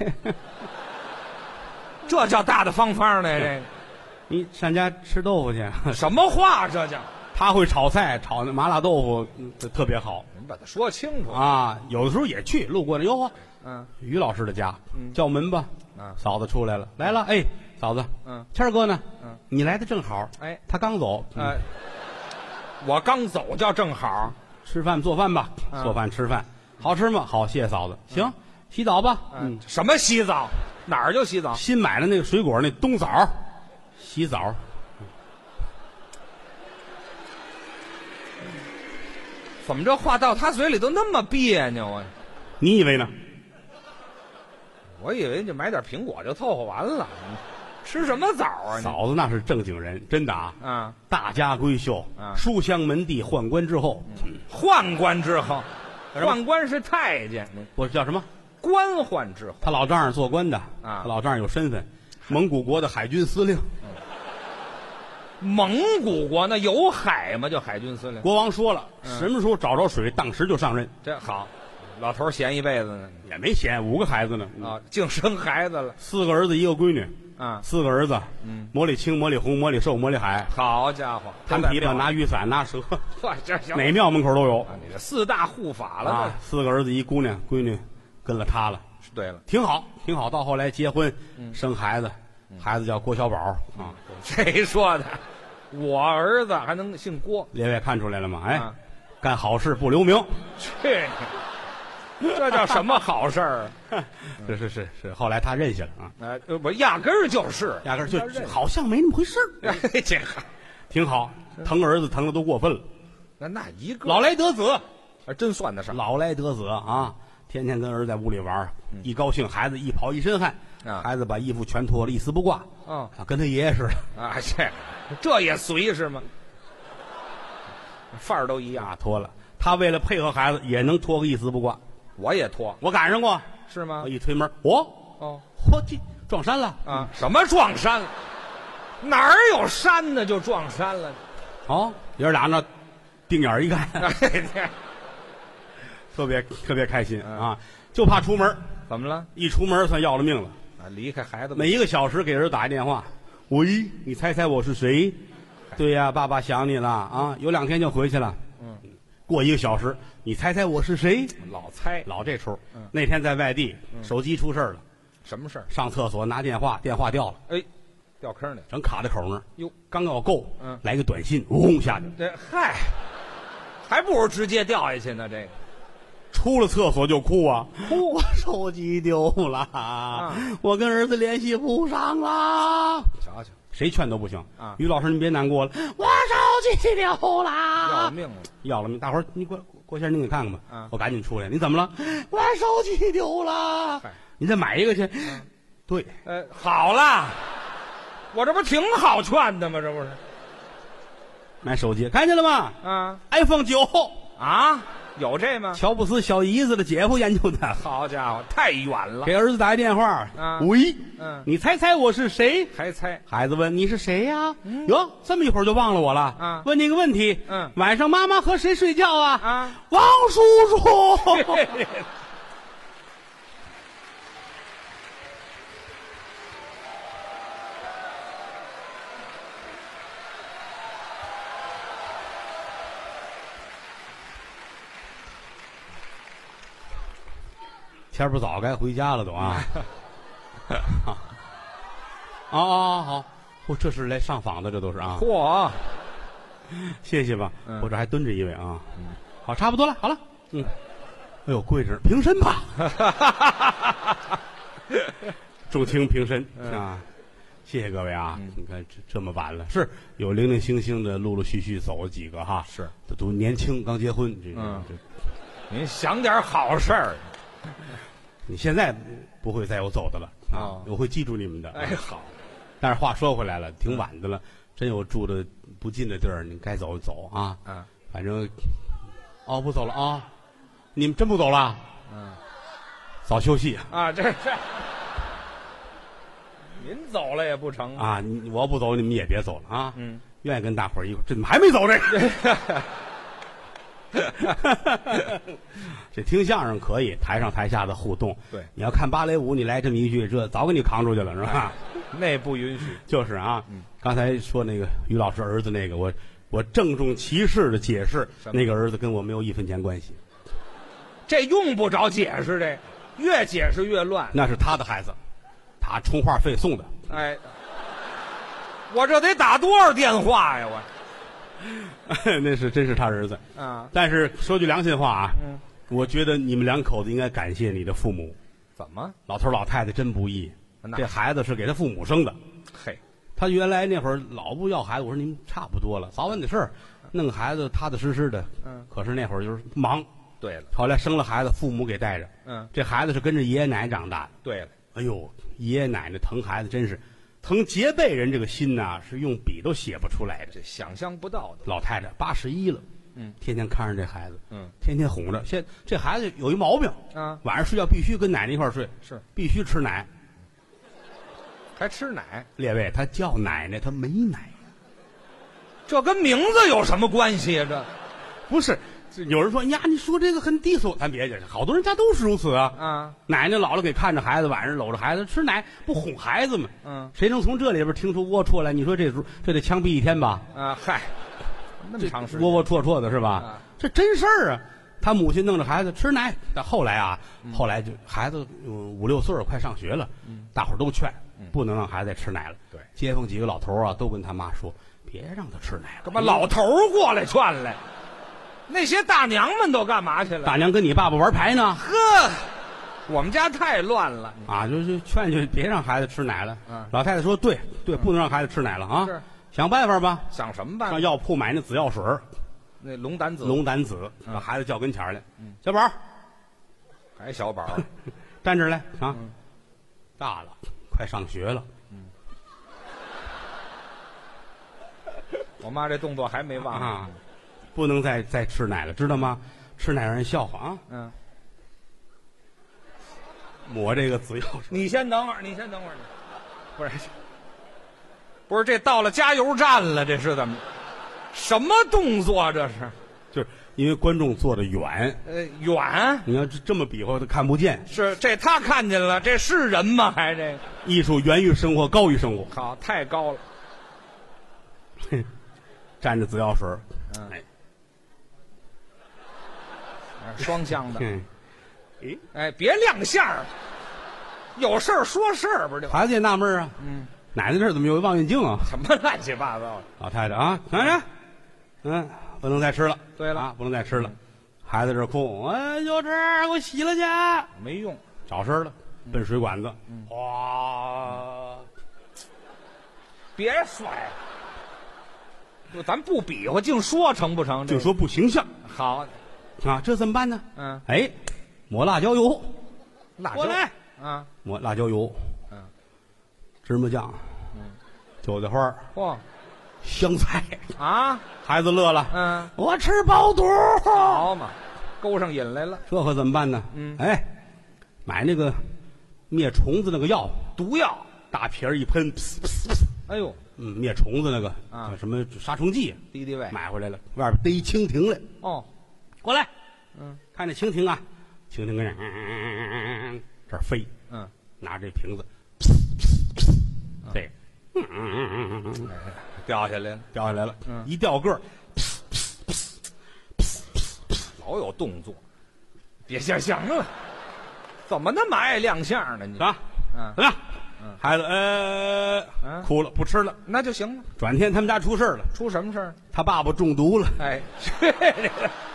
S2: 这叫大大方方的这
S1: 你上家吃豆腐去。
S2: 个什么话？这叫
S1: 他会炒菜，炒那麻辣豆腐，嗯特别好
S2: 您把它说清楚。
S1: 啊。有的时候也去路过那哟啊，
S2: 嗯
S1: 于老师的家，
S2: 嗯
S1: 叫门吧，
S2: 啊
S1: 嫂子出来了，来了，哎，嫂子，
S2: 嗯
S1: 谦儿哥呢？
S2: 嗯，
S1: 你来的正好，
S2: 哎
S1: 他刚走，
S2: 哎，我刚走叫正好。
S1: 吃饭做饭吧，
S2: 嗯
S1: 做饭吃饭，好吃吗？好，谢谢嫂子。行，洗澡吧。
S2: 嗯，什么洗澡？哪儿就洗澡？
S1: 新买的那个水果那冬枣，洗澡。
S2: 怎么这话到他嘴里都那么别扭啊？
S1: 你以为呢？
S2: 我以为就买点苹果就凑合完了，吃什么枣啊你？
S1: 嫂子那是正经人，真的啊，
S2: 啊，
S1: 大家闺秀，
S2: 啊
S1: 书香门第，宦官之后，
S2: 宦官之后，
S1: 什么
S2: 宦官是太监，
S1: 不是叫什么？
S2: 官宦之后。
S1: 他老丈人做官的
S2: 啊
S1: 他老丈人有身份，蒙古国的海军司令。
S2: 蒙古国那有海吗？就海军司令。
S1: 国王说了，
S2: 嗯
S1: 什么时候找着水，当时就上任，
S2: 这好，老头儿闲一辈子呢
S1: 也没闲，五个孩子呢，
S2: 啊，净生孩子了
S1: 四个儿子一个闺女，
S2: 啊！
S1: 四个儿子，
S2: 嗯，
S1: 魔力青、魔力红、魔力寿、魔力海，
S2: 好家伙，
S1: 弹琵琶、拿雨伞、拿蛇，
S2: 呵，这行
S1: 哪庙门口都有
S2: 啊！你这四大护法了
S1: 啊。四个儿子一姑娘，闺女跟了他了，
S2: 这对了，
S1: 挺好，挺好。到后来结婚，
S2: 嗯
S1: 生孩子，孩子叫郭小宝啊。
S2: 谁说的？我儿子还能姓郭？
S1: 列位看出来了吗？哎，
S2: 啊
S1: 干好事不留名，
S2: 去，这叫什么好事儿？
S1: 是是是是。后来他认下了啊，
S2: 哎，呃我压根儿就是，
S1: 压根儿就
S2: 他认
S1: 好像没那么回事儿
S2: 哎，这还
S1: 挺好。疼儿子疼的都过分了，
S2: 那那一个
S1: 老来得子，
S2: 还真算得上
S1: 老来得子啊！天天跟儿子在屋里玩儿，一高兴，孩子一跑一身汗，
S2: 啊
S1: 孩子把衣服全脱了，一丝不挂，
S2: 嗯
S1: 啊，跟他爷爷似的
S2: 啊，这这也随是吗？范儿都一样，
S1: 啊，脱了。他为了配合孩子，也能脱个一丝不挂。
S2: 我也脱，
S1: 我赶上过，
S2: 是吗
S1: 我？一推门，我
S2: 哦
S1: 嚯，这撞衫了
S2: 啊，什么撞衫了？哪儿有山呢？就撞衫了？
S1: 哦，爷儿俩那定眼儿一看，
S2: 哎，这
S1: 特别特别开心
S2: 嗯
S1: 啊，就怕出门，
S2: 怎么了？
S1: 一出门算要了命了。
S2: 啊，离开孩子
S1: 每一个小时给人打一电话，喂，你猜猜我是谁？对呀、爸爸想你了啊，有两天就回去了。
S2: 嗯，
S1: 过一个小时，你猜猜我是谁？
S2: 老猜
S1: 老这出。
S2: 嗯
S1: 那天在外地，手机出事儿了，
S2: 什么事儿？
S1: 上厕所拿电话，电话掉了，
S2: 哎，掉坑里了。
S1: 正卡在口那儿。
S2: 哟，
S1: 刚要够，
S2: 嗯
S1: 来个短信，嗡下去，
S2: 这嗨，还不如直接掉下去呢。这个
S1: 出了厕所就哭啊！
S2: 哭
S1: 我手机丢了，我跟儿子联系不上了。
S2: 瞧瞧，
S1: 谁劝都不行
S2: 啊
S1: 于老师，您别难过了，我手机丢
S2: 要
S1: 了，
S2: 命了！
S1: 要了命！大伙儿，你过郭先生，您给看看吧。
S2: 啊
S1: 我赶紧出来，你怎么了？我手机丢了
S2: 嗨。
S1: 你再买一个去。对，
S2: 呃，好了，我这不挺好劝的吗？这不是
S1: 买手机看见了吗
S2: 啊
S1: ？iPhone 九，
S2: 啊，有这吗？
S1: 乔布斯小姨子的姐夫研究的。
S2: 好家伙，太远了，
S1: 给儿子打一电话，
S2: 啊
S1: 喂，
S2: 嗯
S1: 你猜猜我是谁？
S2: 还猜
S1: 孩子问你是谁呀、哟，这么一会儿就忘了我了。
S2: 啊
S1: 问你个问题，
S2: 嗯
S1: 晚上妈妈和谁睡觉啊？
S2: 啊？
S1: 王叔叔。天儿不早，该回家了都啊。哦哦好，我这是来上访的，这都是啊。
S2: 嚯，
S1: 谢谢吧，
S2: 嗯
S1: 我这还蹲着一位啊。好，差不多了，好了，嗯， 哎呦，贵着平身吧，重听平身啊！谢谢各位啊！
S2: 嗯、
S1: 你看这这么晚了，是有零零星星的，陆陆续续走了几个哈，
S2: 是
S1: 这都年轻，刚结婚。这
S2: 嗯，
S1: 这
S2: 您想点好事儿。
S1: 你现在不会再有走的了啊！
S2: 哦、
S1: 我会记住你们的。
S2: 哎，好。
S1: 但是话说回来了，挺晚的了，真有住的不近的地儿，你该走就走啊。
S2: 嗯，
S1: 反正哦，不走了啊！你们真不走了？
S2: 嗯，
S1: 早休息
S2: 啊！这这，您走了也不成
S1: 啊！你我不走，你们也别走了啊！
S2: 嗯，
S1: 愿意跟大伙儿一块儿，这怎么还没走这个？这听相声可以，台上台下的互动。
S2: 对，
S1: 你要看芭蕾舞，你来这么一句，这早给你扛出去了，是吧？
S2: 那不允许。
S1: 就是啊，
S2: 嗯，
S1: 刚才说那个于老师儿子那个，我我郑重其事的解释，那个儿子跟我没有一分钱关系。
S2: 这用不着解释，这越解释越乱。
S1: 那是他的孩子，他充话费送的。
S2: 哎，我这得打多少电话呀？我
S1: 那是真是他儿子
S2: 啊！
S1: 但是说句良心话啊，
S2: 嗯，
S1: 我觉得你们两口子应该感谢你的父母。
S2: 怎么？
S1: 老头老太太真不易，这孩子是给他父母生的。
S2: 嘿，
S1: 他原来那会儿老不要孩子，我说您差不多了，早晚的事儿，弄个孩子踏踏实实的。
S2: 嗯，
S1: 可是那会儿就是忙。
S2: 对了，
S1: 后来生了孩子，父母给带着。
S2: 嗯，
S1: 这孩子是跟着爷爷奶奶长大的。
S2: 对了，
S1: 哎呦，爷爷奶奶疼孩子真是疼结辈人，这个心呐、啊、是用笔都写不出来的，
S2: 这想象不到的。
S1: 老太太八十一了，
S2: 嗯，
S1: 天天看着这孩子，
S2: 嗯，
S1: 天天哄着。现这孩子有一毛病
S2: 啊，
S1: 晚上睡觉必须跟奶奶一块儿睡，
S2: 是
S1: 必须吃奶，
S2: 还吃奶。
S1: 列位，他叫奶奶，他没奶，
S2: 这跟名字有什么关系啊？这
S1: 不是。有人说呀，你说这个很低俗，咱别介，好多人家都是如此啊。
S2: 啊，
S1: 奶奶老了给看着孩子，晚上搂着孩子吃奶，不哄孩子吗？
S2: 嗯，
S1: 谁能从这里边听出龌龊来？你说这时候这得枪毙一天吧？
S2: 啊，嗨，那么长时间，
S1: 窝窝戳戳的是吧？
S2: 啊、
S1: 这真事儿啊！他母亲弄着孩子吃奶，但后来啊，嗯、后来就孩子五六岁快上学了，嗯、大伙儿都劝、嗯、不能让孩子再吃奶了。
S2: 对，
S1: 街坊几个老头啊都跟他妈说，别让他吃奶了。
S2: 干嘛老头过来劝来？那些大娘们都干嘛去了？
S1: 大娘跟你爸爸玩牌呢。
S2: 呵，我们家太乱了
S1: 啊！就就劝劝，别让孩子吃奶了。
S2: 嗯，
S1: 老太太说：“对对，不能让孩子吃奶了啊！
S2: 是，
S1: 想办法吧。
S2: 想什么办法？
S1: 上药铺买那紫药水，
S2: 那龙胆子。
S1: 龙胆子，把孩子叫跟前来。嗯，小宝，
S2: 还小宝，
S1: 站这儿来啊！
S2: 嗯、
S1: 大了，快上学了。
S2: 嗯，我妈这动作还没忘
S1: 啊。”不能再再吃奶了，知道吗？吃奶让人笑话啊！
S2: 嗯，
S1: 抹这个紫药水。
S2: 你先等会儿，你先等会儿，不是，不是，这到了加油站了，这是怎么？什么动作这是？
S1: 就是因为观众坐得远，
S2: 呃，远。
S1: 你要这么比划，他看不见。
S2: 是这他看见了，这是人吗？还这个
S1: 艺术源于生活，高于生活。
S2: 好，太高了。
S1: 蘸着紫药水，
S2: 嗯。哎双向的，
S1: 嗯，
S2: 哎哎，别亮相儿，有事儿说事儿，不是？
S1: 孩子也纳闷啊，
S2: 嗯，
S1: 奶奶这儿怎么有望远镜啊？
S2: 什么乱七八糟的？
S1: 老太太啊，看着，嗯，不能再吃了。
S2: 对了，
S1: 啊，不能再吃了。孩子这哭，哎，就这儿，给我洗了去。
S2: 没用，
S1: 找事儿了，奔水管子，哗，
S2: 别摔，咱不比划，净说成不成？
S1: 净说不形象。
S2: 好。
S1: 啊，这怎么办呢？
S2: 嗯，
S1: 哎，抹辣椒油，
S2: 辣椒
S1: 过来
S2: 啊，
S1: 抹辣椒油，
S2: 嗯，
S1: 芝麻酱，
S2: 嗯，
S1: 韭菜花，
S2: 嚯，
S1: 香菜
S2: 啊，
S1: 孩子乐了，
S2: 嗯，
S1: 我吃饱肚，
S2: 好嘛，勾上瘾来了，
S1: 这可怎么办呢？
S2: 嗯，
S1: 哎，买那个灭虫子那个药，
S2: 毒药，
S1: 大瓶一喷，
S2: 哎呦，
S1: 嗯，灭虫子那个
S2: 啊，
S1: 叫什么杀虫剂，
S2: 敌敌畏，
S1: 买回来了，外边逮蜻蜓来，
S2: 哦。
S1: 过来，
S2: 嗯，
S1: 看这蜻蜓啊，蜻蜓跟这、嗯、这儿飞，
S2: 嗯，
S1: 拿这瓶子，这、嗯嗯嗯、
S2: 掉下来了，
S1: 掉下来了，
S2: 嗯，
S1: 一掉个儿，
S2: 老有动作，别行行了，怎么那么爱亮相呢？你
S1: 啊，
S2: 嗯，
S1: 怎么样？
S2: 嗯，
S1: 孩子呃、
S2: 嗯、
S1: 哭了，不吃了，
S2: 那就行了。
S1: 转天他们家出事了，
S2: 出什么事儿？
S1: 他爸爸中毒了。
S2: 哎，这个。